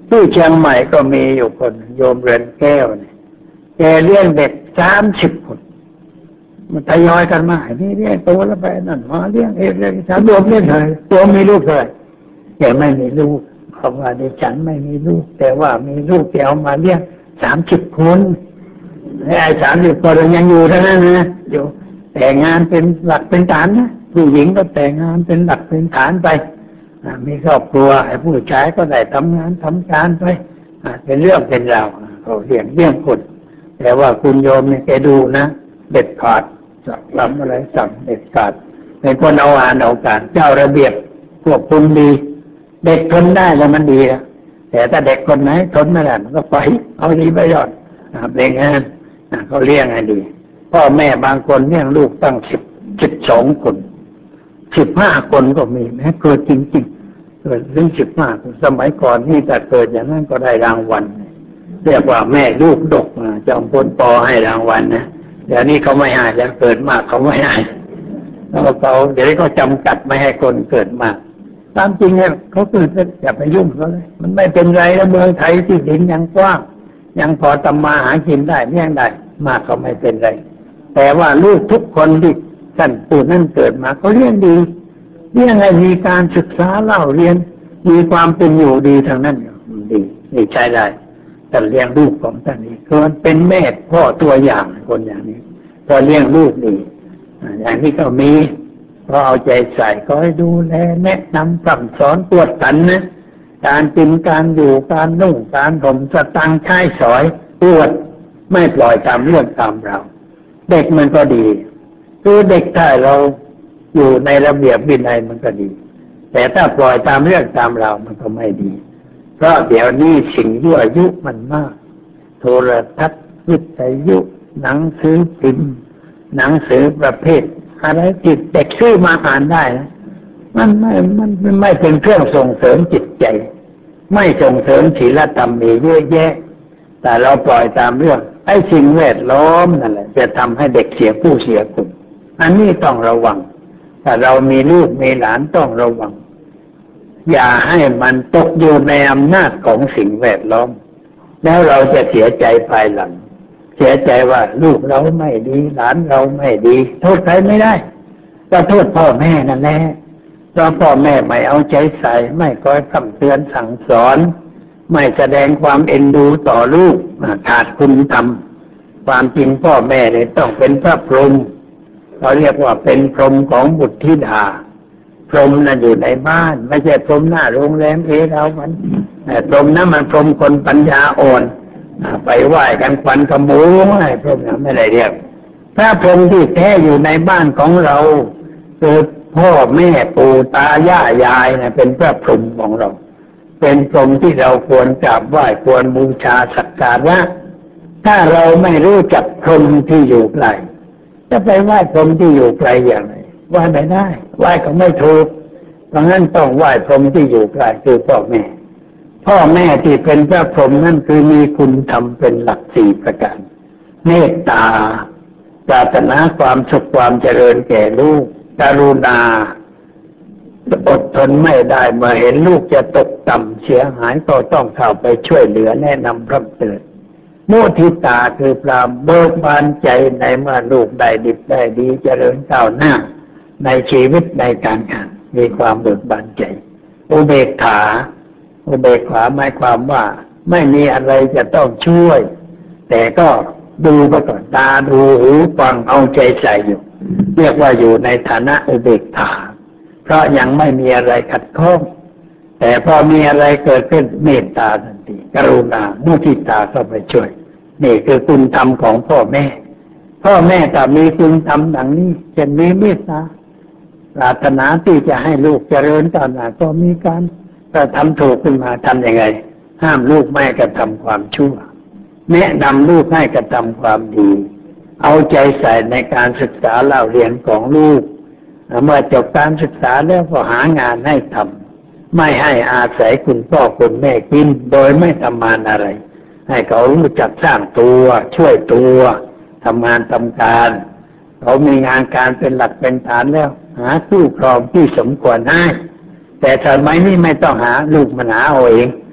ที่เชียงใหม่ก็มีอยู่คนโยมเรือนแก้วเนี่ยแกเลี้ยงเด็กสามสิบคนมันทยอยกันมาไอ้นี่เลี้ยงตัวแล้วไปนั่นมาเลี้ยงเองเลี้ยงสามรวมเลี้ยงเลยตัวมีลูกเลยแกไม่มีลูกเขาว่าดิฉันไม่มีลูกแต่ว่ามีลูกแกเอามาเลี้ยงสามสิบคนไอ้สามสิบคนยังอยู่เท่านั้นนะอยู่แต่งงานเป็นหลักเป็นฐานนะผู้หญิงก็แต่งงานเป็นหลักเป็นฐานไปมีครอบครัวไอ้ผู้ชายก็ได้ทำงานทำการไปเป็นเรื่องเป็นราวเขาเลี้ยงเลี้ยงคนแต่ว่าคุณโยมเนี่ยแกดูนะเด็ดขาดสั่งทำอะไรสั่งเด็ดขาดเป็นคนเอาอ่านเอาการเจ้าระเบียบควบคุมดีเด็กทนได้แล้วมันดีนะแต่ถ้าเด็กคนไหนทนไม่ได้มันก็ไปเอาดีไปยอดเป็นงานเขาเลี้ยงให้ดีพ่อแม่บางคนเลี้ยงลูกตั้งสิบสิบสองคนสิบห้าคนก็มีแม้เกิดจริงๆเกิดถึงสิบห้าสมัยก่อนนี่แต่เกิดอย่างนั้นก็ได้รางวัลเรียกว่าแม่ลูกดกจอมพลปอให้รางวัลนะเดี๋ยวนี้เขาไม่ให้แล้วเกิดมากเขาไม่ให้แล้วเขาเดี๋ยวนี้เขาจำกัดไม่ให้คนเกิดมากตามจริงเนี่ยเขาเกิดอย่าไปยุ่งเขาเลยมันไม่เป็นไรแล้วเมืองไทยที่ดินยังกว้างยังพอทำมาหากินได้เลี้ยงได้มากก็ไม่เป็นไรแต่ว่าลูกทุกคนที่ท่านปู่นั่นเกิดมาเขาเลี้ยงดีเลี้ยงให้มีการศึกษาเล่าเรียนมีความเป็นอยู่ดีทางนั้นดีนี่ใช้ได้แต่เลี้ยงลูกของท่านนี้คือมันเป็นแม่พ่อตัวอย่างคนอย่างนี้พอเลี้ยงลูกดีอย่างนี้ก็มีพอเอาใจใส่ก็ให้ดูแลแนะนำสั่งสอนตรวจกันนะการกินการอยู่การนุ่งการห่มสตังค์ใช้สอยตรวจไม่ปล่อยตามเรื่องตามเราเด็กมันก็ดีคือเด็กถ้าเราอยู่ในระเบียบวินัยมันก็ดีแต่ถ้าปล่อยตามเรื่องตามเรามันก็ไม่ดีเพราะเดี๋ยวนี้สิ่งยั่วยุมันมากโทรทัศน์วิทยุหนังสือพิมพ์หนังสือประเภทอะไรจิตเด็กซื้อมาอ่านได้นะมันไม่มันไม่เป็นเครื่องส่งเสริมจิตใจไม่ส่งเสริมศีลธรรมมีเยอะแยะแต่เราปล่อยตามเรื่องไอ้สิ่งแวดล้อมนั่นแหละจะทำให้เด็กเสียผู้เสียคนอันนี้ต้องระวังถ้าเรามีลูกมีหลานต้องระวังอย่าให้มันตกอยู่ในอำนาจของสิ่งแวดล้อมแล้วเราจะเสียใจภายหลังเสียใจว่าลูกเราไม่ดีหลานเราไม่ดีโทษใครไม่ได้ก็โทษพ่อแม่นั่นแหละเพราะพ่อแม่ไม่เอาใจใส่ไม่คอยคำเตือนสั่งสอนไม่แสดงความเอ็นดูต่อลูกขาดคุณธรรมความจริงพ่อแม่เนี่ยต้องเป็นพระพรหมเราเรียกว่าเป็นพรหมของบุตรธิดาพรหมน่ะอยู่ในบ้านไม่ใช่พรหมหน้าโรงแรมเอราวัณแต่พรหมนั้นมันพรหมคนปัญญาอ่อนไปไหว้กันควันขโมยพรหมนั้นไม่ได้เรียกพระพรหมที่แท้อยู่ในบ้านของเราคือพ่อแม่ปู่ตาย่ายายนะเป็นพระพรหมของเราเป็นพรหมที่เราควรกราบไหว้ควรบูชาสักการะถ้าเราไม่รู้จักพรหมที่อยู่ไกลจะไปไหว้พรหมที่อยู่ไกลอย่างไรไหว้ไม่ได้ไหว้ก็ไม่ถูกเพราะงั้นต้องไหว้พรหมที่อยู่ไกลคือพ่อแม่พ่อแม่ที่เป็นพระพรหมนั่นคือมีคุณธรรมเป็นหลักสี่ประการเมตตาปรารถนาความสุขความเจริญแก่ลูกกรุณาอดทนไม่ได้เมื่อเห็นลูกจะตกต่ำเสียหายก็ต้องเข้าไปช่วยเหลือแนะนำพร่ำเตือนมุทิตาคือความเบิกบานใจในเมื่อลูกได้ดิบได้ดีเจริญก้าวหน้าในชีวิตในการงานมีความเบิกบานใจอุเบกขาอุเบกขาหมายความว่าไม่มีอะไรจะต้องช่วยแต่ก็ดูไปก่อนตาดูหูฟังเอาใจใส่อยู่เรียกว่าอยู่ในฐานะอุเบกขาเพราะยังไม่มีอะไรขัดข้องแต่พอมีอะไรเกิดขึ้นเมตตาทันทีกรุณามุทิตาเข้าไปช่วยนี่คือคุณธรรมของพ่อแม่พ่อแม่ถ้ามีคุณธรรมดังนี้จะมีเมตตาปรารถนาที่จะให้ลูกเจริญก้าวหน้าก็มีการกระทำถูกขึ้นมาทำยังไงห้ามลูกไม่กระทำความชั่วแนะนำลูกให้กระทำความดีเอาใจใส่ในการศึกษาเล่าเรียนของลูกเมื่อจบการศึกษาแล้วก็หางานให้ทำไม่ให้อาศัยคุณพ่อคุณแม่กินโดยไม่ทำงานอะไรให้เขารู้จักสร้างตัวช่วยตัวทำงานทำการเขามีงานการเป็นหลักเป็นฐานแล้วหาคู่ครองที่สมควรให้แต่สมัยนี้ไม่ต้องหาลูกมันหาเอาเอง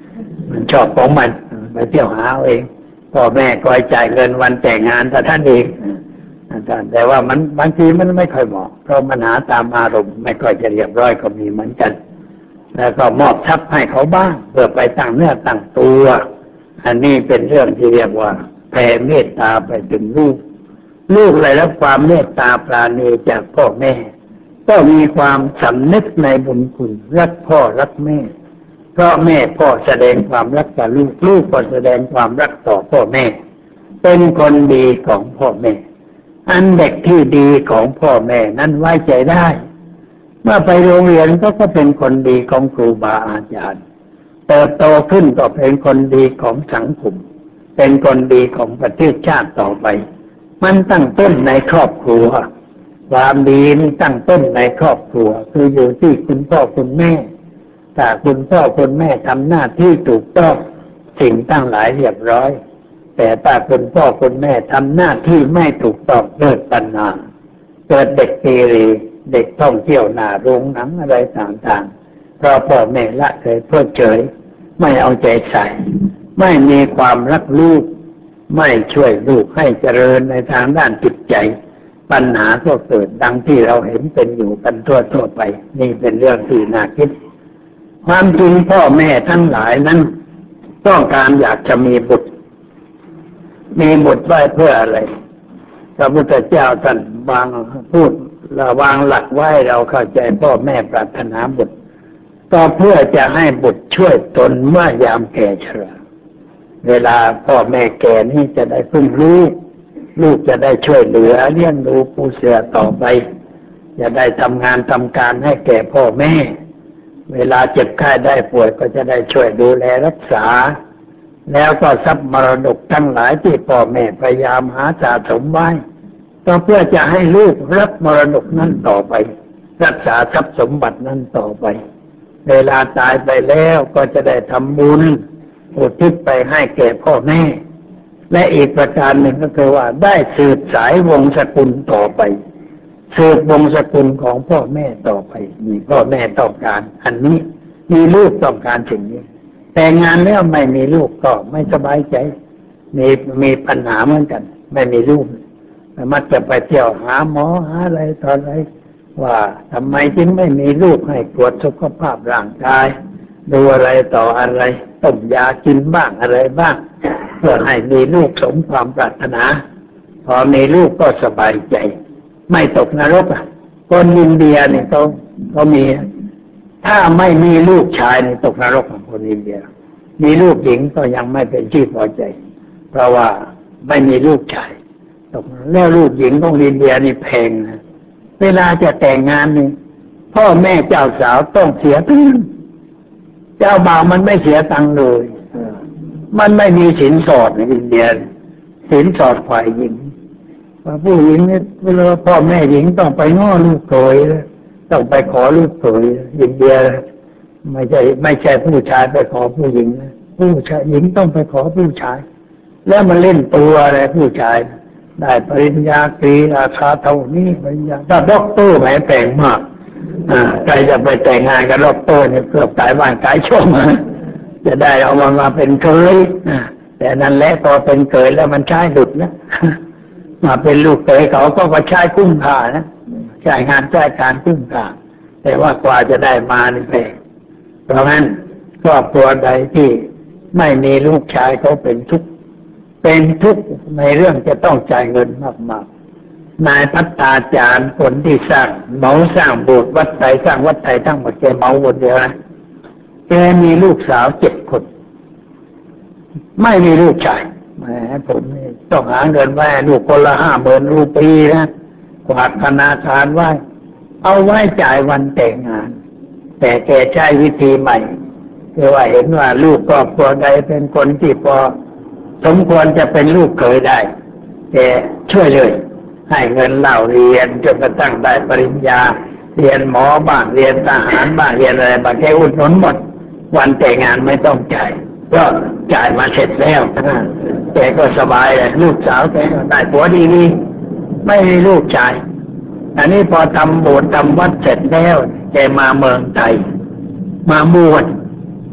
มันชอบของมันไปเที่ยวหาเอาเองพ่อแม่คอยจ่ายเงินวันแต่งงานแต่ท่านเองแต่ว่ามันบางทีมันไม่ค่อยเหมาะเพราะมันหาตามอารมณ์ไม่ค่อยจะเรียบร้อยก็มีเหมือนกันแล้วก็มอบทรัพย์ให้เขาบ้างเพื่อไปตั้งเนื้อตั้งตัวอันนี้เป็นเรื่องที่เรียกว่าแผ่เมตตาไปถึงลูกลูกเลยรับความเมตตาปราณีจากพ่อแม่ก็มีความสำนึกในบุญคุณรักพ่อรักแม่เพราะแม่พ่อแสดงความรักกับลูกลูกก็แสดงความรักต่อพ่อแม่เป็นคนดีของพ่อแม่อันเด็กที่ดีของพ่อแม่นั้นไว้ใจได้เมื่อไปโรงเรียนก็ก็เป็นคนดีของครูบาอาจารย์เติบโตขึ้นก็เป็นคนดีของสังคมเป็นคนดีของประเทศชาติต่อไปมันตั้งต้นในครอบครัวความดีนี่ตั้งต้นในครอบครัวคืออยู่ที่คุณพ่อคุณแม่ถ้าคุณพ่อคุณแม่ทำหน้าที่ถูกต้องสิ่งตั้งหลายเรียบร้อยแต่ถ้าคุณพ่อคุณแม่ทำหน้าที่ไม่ถูกต้องเกิดปัญหาเกิดเด็กเกเรเด็กท่องเที่ยวหน้าโรงหนังอะไรต่างๆเพราะพ่อแม่ละเลยเพิกเฉยไม่เอาใจใส่ไม่มีความรักลูกไม่ช่วยลูกให้เจริญในทางด้านจิตใจปัญหาก็เกิดดังที่เราเห็นเป็นอยู่กันทั่วๆไปนี่เป็นเรื่องที่น่าคิดความจริงพ่อแม่ทั้งหลายนั้นต้องการอยากจะมีบุตรมีบุตรไว้เพื่ออะไรพระพุทธเจ้าท่านวางพูดระวางหลักไว้เราเข้าใจพ่อแม่ปรารถนาบุตรก็เพื่อจะให้บุตรช่วยตนเมื่อยามแก่ชราเวลาพ่อแม่แก่นี่จะได้พึ่งลูกลูกจะได้ช่วยเหลือเลี้ยงดูปูเสือต่อไปจะได้ทำงานทำการให้แก่พ่อแม่เวลาเจ็บไข้ได้ป่วยก็จะได้ช่วยดูแลรักษาแล้วก็ทรัพย์มรดกทั้งหลายที่พ่อแม่พยายามหาสะสมไว้ก็เพื่อจะให้ลูกรับมรดกนั้นต่อไปรักษาทรัพย์สมบัตินั้นต่อไปเวลาตายไปแล้วก็จะได้ทำบุญอุทิศไปให้แก่พ่อแม่และอีกประการหนึ่งก็คือว่าได้สืบสายวงศ์สกุลต่อไปสืบวงศ์สกุลของพ่อแม่ต่อไปมีพ่อแม่ต้องการอันนี้มีลูกต้องการสิ่งนี้แต่งงานแล้วไม่มีลูกก็ไม่สบายใจมีมีปัญหาเหมือนกันไม่มีลูกมักจะไปเที่ยวหาหมอหาอะไรต่ออะไรว่าทำไมจึงไม่มีลูกให้ตรวจสุขภาพร่างกายดูอะไรต่ออะไรต้มยากินบ้างอะไรบ้างเพื่อให้มีลูกสมความปรารถนาพอมีลูกก็สบายใจไม่ตกนรกอ่ะคนอินเดียเนี่ยเขาเขามีถ้าไม่มีลูกชายนี่ตกนรกของคนอินเดียมีลูกหญิงก็ยังไม่เป็นที่พอใจเพราะว่าไม่มีลูกชายตกแล้วลูกหญิงของอินเดียนี่แพงนะเวลาจะแต่งงานนี่พ่อแม่เจ้าสาวต้องเสียตังค์เจ้าบ่าวมันไม่เสียตังค์เลยมันไม่มีสินสอดในอินเดียสินสอดฝ่ายหญิงผู้หญิงเนี่ยเวลาพ่อแม่หญิงต้องไปง้อลูกเขยต้องไปขอลูกเขยอินเดียไม่ใช่ไม่ใช่ผู้ชายไปขอผู้หญิงนะผู้ชายหญิงต้องไปขอผู้ชายแล้วมันเล่นตัวอะไรผู้ชายได้ปริญญาตรีราคาเท่านี้ปริญญาถ้าด็อกเตอร์แหมแพงมากอ่าใครจะไปแต่งงานกับด็อกเตอร์เนี่ยเกือบตายบ้านตายช่องจะได้เอามามาเป็นเคยแต่นั่นแหละพอเป็นเคยแล้วมันใช้หลุดนะมาเป็นลูกเคยเขาก็มาใช้กุ้งค่านะใช้งานใช้การกุ้งค่าแต่ว่ากว่าจะได้มานี่แพงเพราะงั้นครอบครัวใดที่ไม่มีลูกชายเขาเป็นทุกข์เป็นทุกข์ในเรื่องจะต้องจ่ายเงินมากๆนายพัฒนาจารย์คนที่สร้างเหมาสร้างโบสถ์วัดไทยสร้างวัดไทยทั้งหมดแกเหมาคนเดียวนะแกมีลูกสาวเจ็ดคนไม่มีลูกชายแหมผมต้องหาเงินไว้ลูกคนละห้าหมื่นรูปีนะกวาดธนาคารไว้เอาไว้จ่ายวันแต่งงานแต่แกใช้วิธีใหม่คือว่าเห็นว่าลูกครอบครัวใดเป็นคนที่พอสมควรจะเป็นลูกเขยได้แกช่วยเลยให้เงินเล่าเรียนจนกระทั่งได้ปริญญาเรียนหมอบ้างเรียนทหารบ้างเรียนอะไรบ้างแกอุดหนุนหมดวันแต่งงานไม่ต้องจ่ายก็จ่ายมาเสร็จแล้วแกก็สบายเลยลูกสาวแกก็ได้ผัวดีๆไม่มีลูกชายอันนี้พอทำโบสถ์ทำวัดเสร็จแล้วแกมาเมืองไทยมาบวช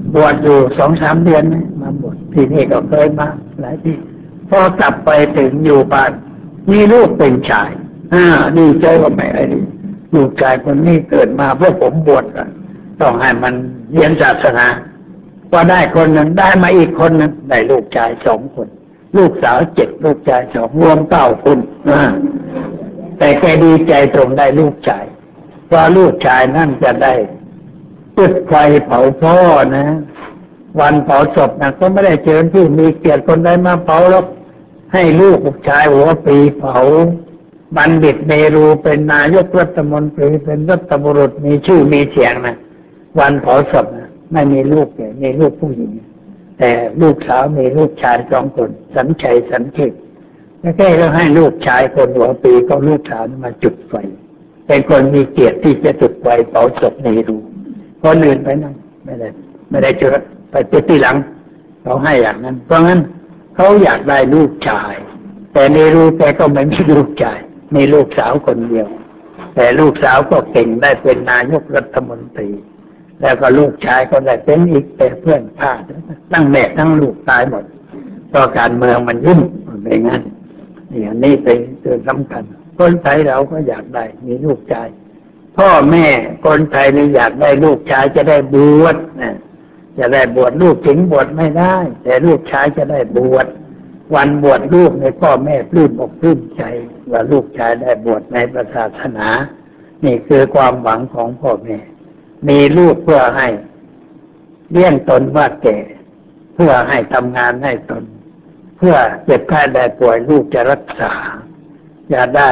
บวชอยู่สองสามเดือนนะมาบวชที่นี่ก็เคยมาหลายที่พอกลับไปถึงอยู่บ้านมีลูกเป็นชายอ่าดีใจว่าไม่ไอ้นี่ลูกชายคนนี้เกิดมาเพื่อผมบวชกันต้องให้มันเรียนศาสนาพอได้คนหนึ่งได้มาอีกคนหนึ่งได้ลูกชายสองคนลูกสาวเจ็ดลูกชายสองรวมเก้าคนอ่าแต่แกดีใจตรงได้ลูกชายเพราะลูกชายนั่นจะได้จุดไฟเผาพ่อนะวันเผาศพนะก็ไม่ได้เชิญที่มีเกียรติคนใดมาเผาหรอกให้ลูกชายหัวปีเผาบัณฑิตเนรูเป็นนายกรัฐมนตรีเป็นรัฐบุรุษมีชื่อมีเสียงนะวันเผาศพนะไม่มีลูกเลยมีลูกผู้หญิงแต่ลูกสาวมีลูกชายสองคนสัญชัยสัญเขตแล้วแกก็ให้ลูกชายคนหัวปีก็ลูกสาวมาจุดไฟเป็นคนมีเกียรติที่จะจุดไฟเผาศพเนรูคนอื่นไปนั่นไม่ได้ไม่ได้จุดไปจุดที่หลังเขาให้อย่างนั้นเพราะงั้นเขาอยากได้ลูกชายแต่เนรูแกก็ไม่มีลูกชายมีลูกสาวคนเดียวแต่ลูกสาวก็เก่งได้เป็นนายกรัฐมนตรีแล้วก็ลูกชายก็ได้เป็นอีกแต่เพื่อนพาทั้งแม่ทั้งลูกตายหมดเพราะการเมืองมันยุ่งเป็นงั้นนี่อันนี้เป็นตัวสำคัญคนไทยเราก็อยากได้มีลูกชายพ่อแม่คนไทยนี่อยากได้ลูกชายจะได้บวชนะจะได้บวชลูกถึงบวชไม่ได้แต่ลูกชายจะได้บวชวันบวชลูกในพ่อแม่ปลื้มอกปลื้มใจว่าลูกชายได้บวชในศาสนานี่คือความหวังของพ่อแม่มีลูกเพื่อให้เลี้ยงตนว่าแก่เพื่อให้ทำงานให้ตนเพื่อเจ็บไข้ได้ป่วยลูกจะรักษาอย่าได้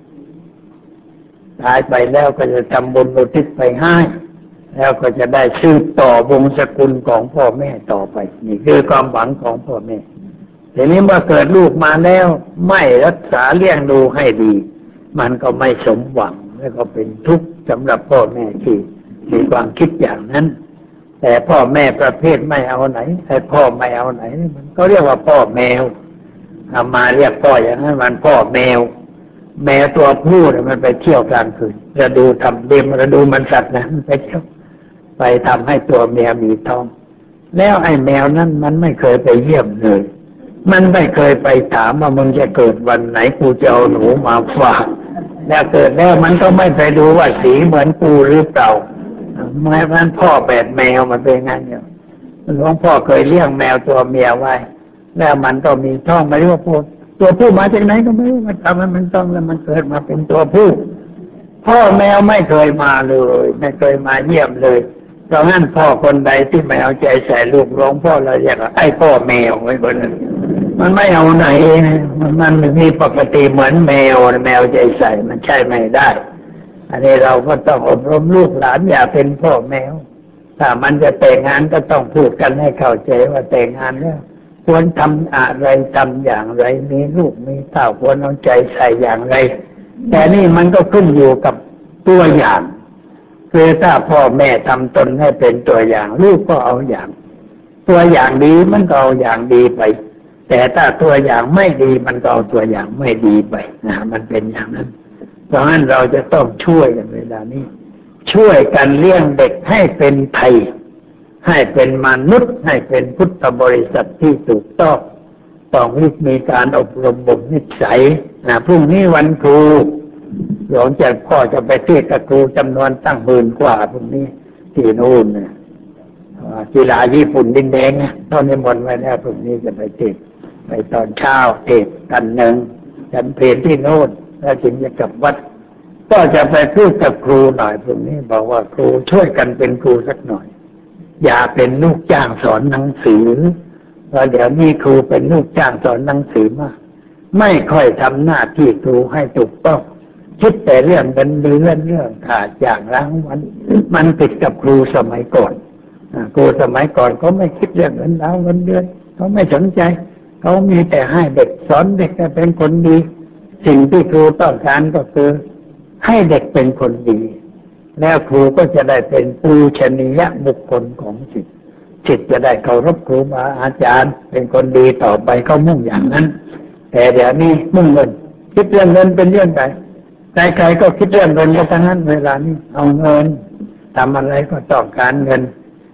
ตายไปแล้วก็จะทำบุญอุทิศไปให้แล้วก็จะได้สืบต่อวงศกุลของพ่อแม่ต่อไปนี่คือความหวังของพ่อแม่ทีนี้เมื่อเกิดลูกมาแล้วไม่รักษาเลี้ยงดูให้ดีมันก็ไม่สมหวังแล้วก็เป็นทุกข์สำหรับพ่อแม่ที่มีความคิดอย่างนั้นแต่พ่อแม่ประเภทไม่เอาไหนให้พ่อไม่เอาไหนมันก็เรียกว่าพ่อแมวเอามาเรียกพ่ออย่างนั้นมันพ่อแมวแมวตัวผู้เนี่ยมันไปเที่ยวกลางคืนจะดูทำเดมจะดูมันสัตว์นะมันไปเที่ยวไปทำให้ตัวแมวมีท้องแล้วไอ้แมวนั้นมันไม่เคยไปเยี่ยมเลยมันไม่เคยไปถามว่ามึงจะเกิดวันไหนกูจะเอาหนูมาฝากแล้วเกิดแล้วมันก็ไม่ไปดูว่าสีเหมือนกูหรือเปล่าแม้ว่าพ่อแบดแมวมันเป็นงั้นอยู่หลวงพ่อเคยเลี้ยงแมวตัวเมียไว้แล้วมันก็มีท้องไม่รู้ว่าตัวตัวผู้มาจากไหนก็ไม่รู้มันทำให้มันต้องแล้วมันเกิดมาเป็นตัวผู้พ่อแมวไม่เคยมาเลยไม่เคยมาเยี่ยมเลยเพราะงั้นพ่อคนใดที่ไม่เอาใจใส่ลูกหลวงพ่อเราเรียกว่าไอ้พ่อแมวไว้บนนั้นมันไม่เอาไหนมันมันมีปกติเหมือนแมวแมวใจใส่มันใช่ไม่ได้อันนี้เราก็ต้องอบรมลูกหลานอย่าเป็นพ่อแมวถ้ามันจะแต่งงานก็ต้องพูดกันให้เข้าใจว่าแต่งงานแล้วควรทำอะไรทำอย่างไรมีลูกมีเต้าควรเอาใจใส่อย่างไรแต่นี่มันก็ขึ้นอยู่กับตัวอย่างคือถ้าพ่อแม่ทำตนให้เป็นตัวอย่างลูกก็เอาอย่างตัวอย่างดีมันก็เอาอย่างดีไปแต่ถ้าตัวอย่างไม่ดีมันก็เอาตัวอย่างไม่ดีไปนะมันเป็นอย่างนั้นเพราะฉะนั้นเราจะต้องช่วยกันเวลานี้ช่วยกันเลี้ยงเด็กให้เป็นไทยให้เป็นมนุษย์ให้เป็นพุทธบริษัทที่ถูกต้องต้องมีการอบรมบ่มนิสัยนะพรุ่งนี้วันครูหลวงจากพ่อจะไปเทศกับครูจำนวนตั้งหมื่นกว่าพรุ่งนี้ที่นู่นนะกีฬาญี่ปุ่นดินแดงนะตอนนี้หมดไว้แล้วพรุ่งนี้จะไปเทศไปตอนเช้าเทศกันหนึ่งฉันเพลนที่โน่นแล้วจึงจะกลับวัดก็จะไปพูดกับครูหน่อยพรุ่งนี้บอกว่าครูช่วยกันเป็นครูสักหน่อยอย่าเป็นลูกจ้างสอนหนังสือเพราะเดี๋ยวนี้ครูเป็นลูกจ้างสอนหนังสือมากไม่ค่อยทำหน้าที่ครูให้ถูกต้องคิดแต่เรื่องเงินเดือนเรื่องขาดอย่างรางวัลมันผิดกับครูสมัยก่อนครูสมัยก่อนเขาไม่คิดเรื่องเงินรางวัลเดือนเขาไม่สนใจเขามีแต่ให้เด็กสอนเด็กให้เป็นคนดีสิ่งที่ครูต้องการก็คือให้เด็กเป็นคนดีแล้วครูก็จะได้เป็นปูชนียบุคคลของศิษย์ศิษย์จะได้เคารพครูบาอาจารย์เป็นคนดีต่อไปเขามุ่งอย่างนั้นแต่เดี๋ยวนี้มุ่งเงินคิดเรื่องเงินเป็นเรื่องใหญ่ใครๆก็คิดเรื่องเงินก็ทั้งนั้นเวลานี้เอาเงินทำอะไรก็ต้องการเงิน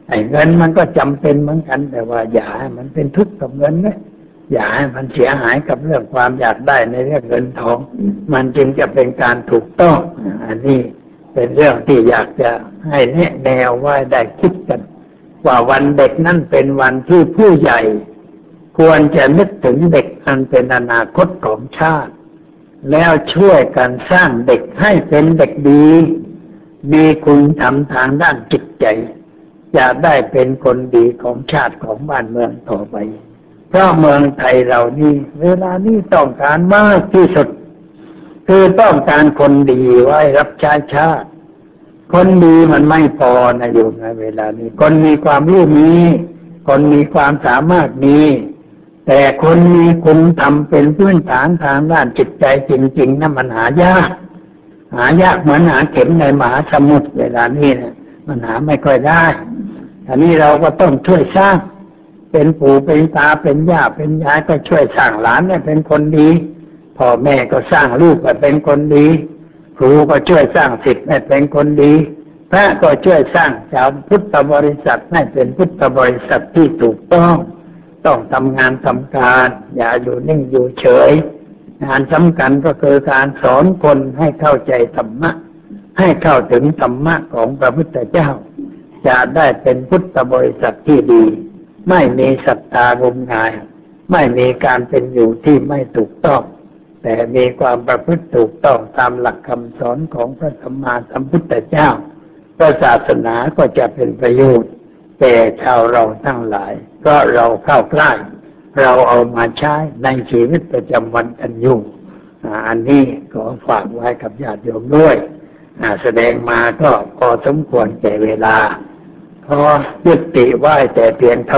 ไอ้เงินมันก็จำเป็นเหมือนกันแต่ว่าอย่าให้มันเป็นทุกข์กับเงินนะอย่าให้มันเสียหายกับเรื่องความอยากได้ในเรื่องเงินทอง มันจึงจะเป็นการถูกต้องอันนี้เป็นเรื่องที่อยากจะให้แนะแนวไว้ได้คิดกันว่าวันเด็กนั่นเป็นวันที่ผู้ใหญ่ควรจะนึกถึงเด็กอันเป็นอนาคตของชาติแล้วช่วยกันสร้างเด็กให้เป็นเด็กดีมีคุณธรรมทางด้านจิตใจจะได้เป็นคนดีของชาติของบ้านเมืองต่อไปเพราะเมืองไทยเรานี่เวลานี้ต้องการมากที่สุดคือต้องการคนดีไว้รับใช้ชาติคนดีมันไม่พอนะอยู่ในเวลานี้คนมีความรู้มีคนมีความสามารถมีแต่คนมีคุณธรรมเป็นพื้นฐานทางด้านจิตใจจริงๆนะมันหายากหายากเหมือนหาเข็มในมหาสมุทรเวลานี้นะมันหาไม่ค่อยได้อันนี้เราก็ต้องช่วยสร้างเป็นปู่เป็นตาเป็นย่าเป็นยายก็ช่วยสร้างหลานให้เป็นคนดีพ่อแม่ก็สร้างลูกให้เป็นคนดีครูก็ช่วยสร้างศิษย์ให้เป็นคนดีพระก็ช่วยสร้างชาวพุทธบริษัทให้เป็นพุทธบริษัทที่ถูกต้องต้องทำงานทำการอย่าอยู่นิ่งอยู่เฉยงานสำคัญก็คือการสอนคนให้เข้าใจธรรมะให้เข้าถึงธรรมะของพระพุทธเจ้าจะได้เป็นพุทธบริษัทที่ดีไม่มีศรัทธางมงายไม่มีการเป็นอยู่ที่ไม่ถูกต้องแต่มีความประพฤติถูกต้องตามหลักคำสอนของพระสัมมาสัมพุทธเจ้าพระศาสนาก็จะเป็นประโยชน์แก่ชาวเราทั้งหลายเพราะเราเข้าใกล้เราเอามาใช้ในชีวิตประจำวันกันอยู่อันนี้ขอฝากไว้กับญาติโยมด้วยแสดงมาก็พอสมควรแก่เวลาขอยุติไว้แต่เพียงเท่า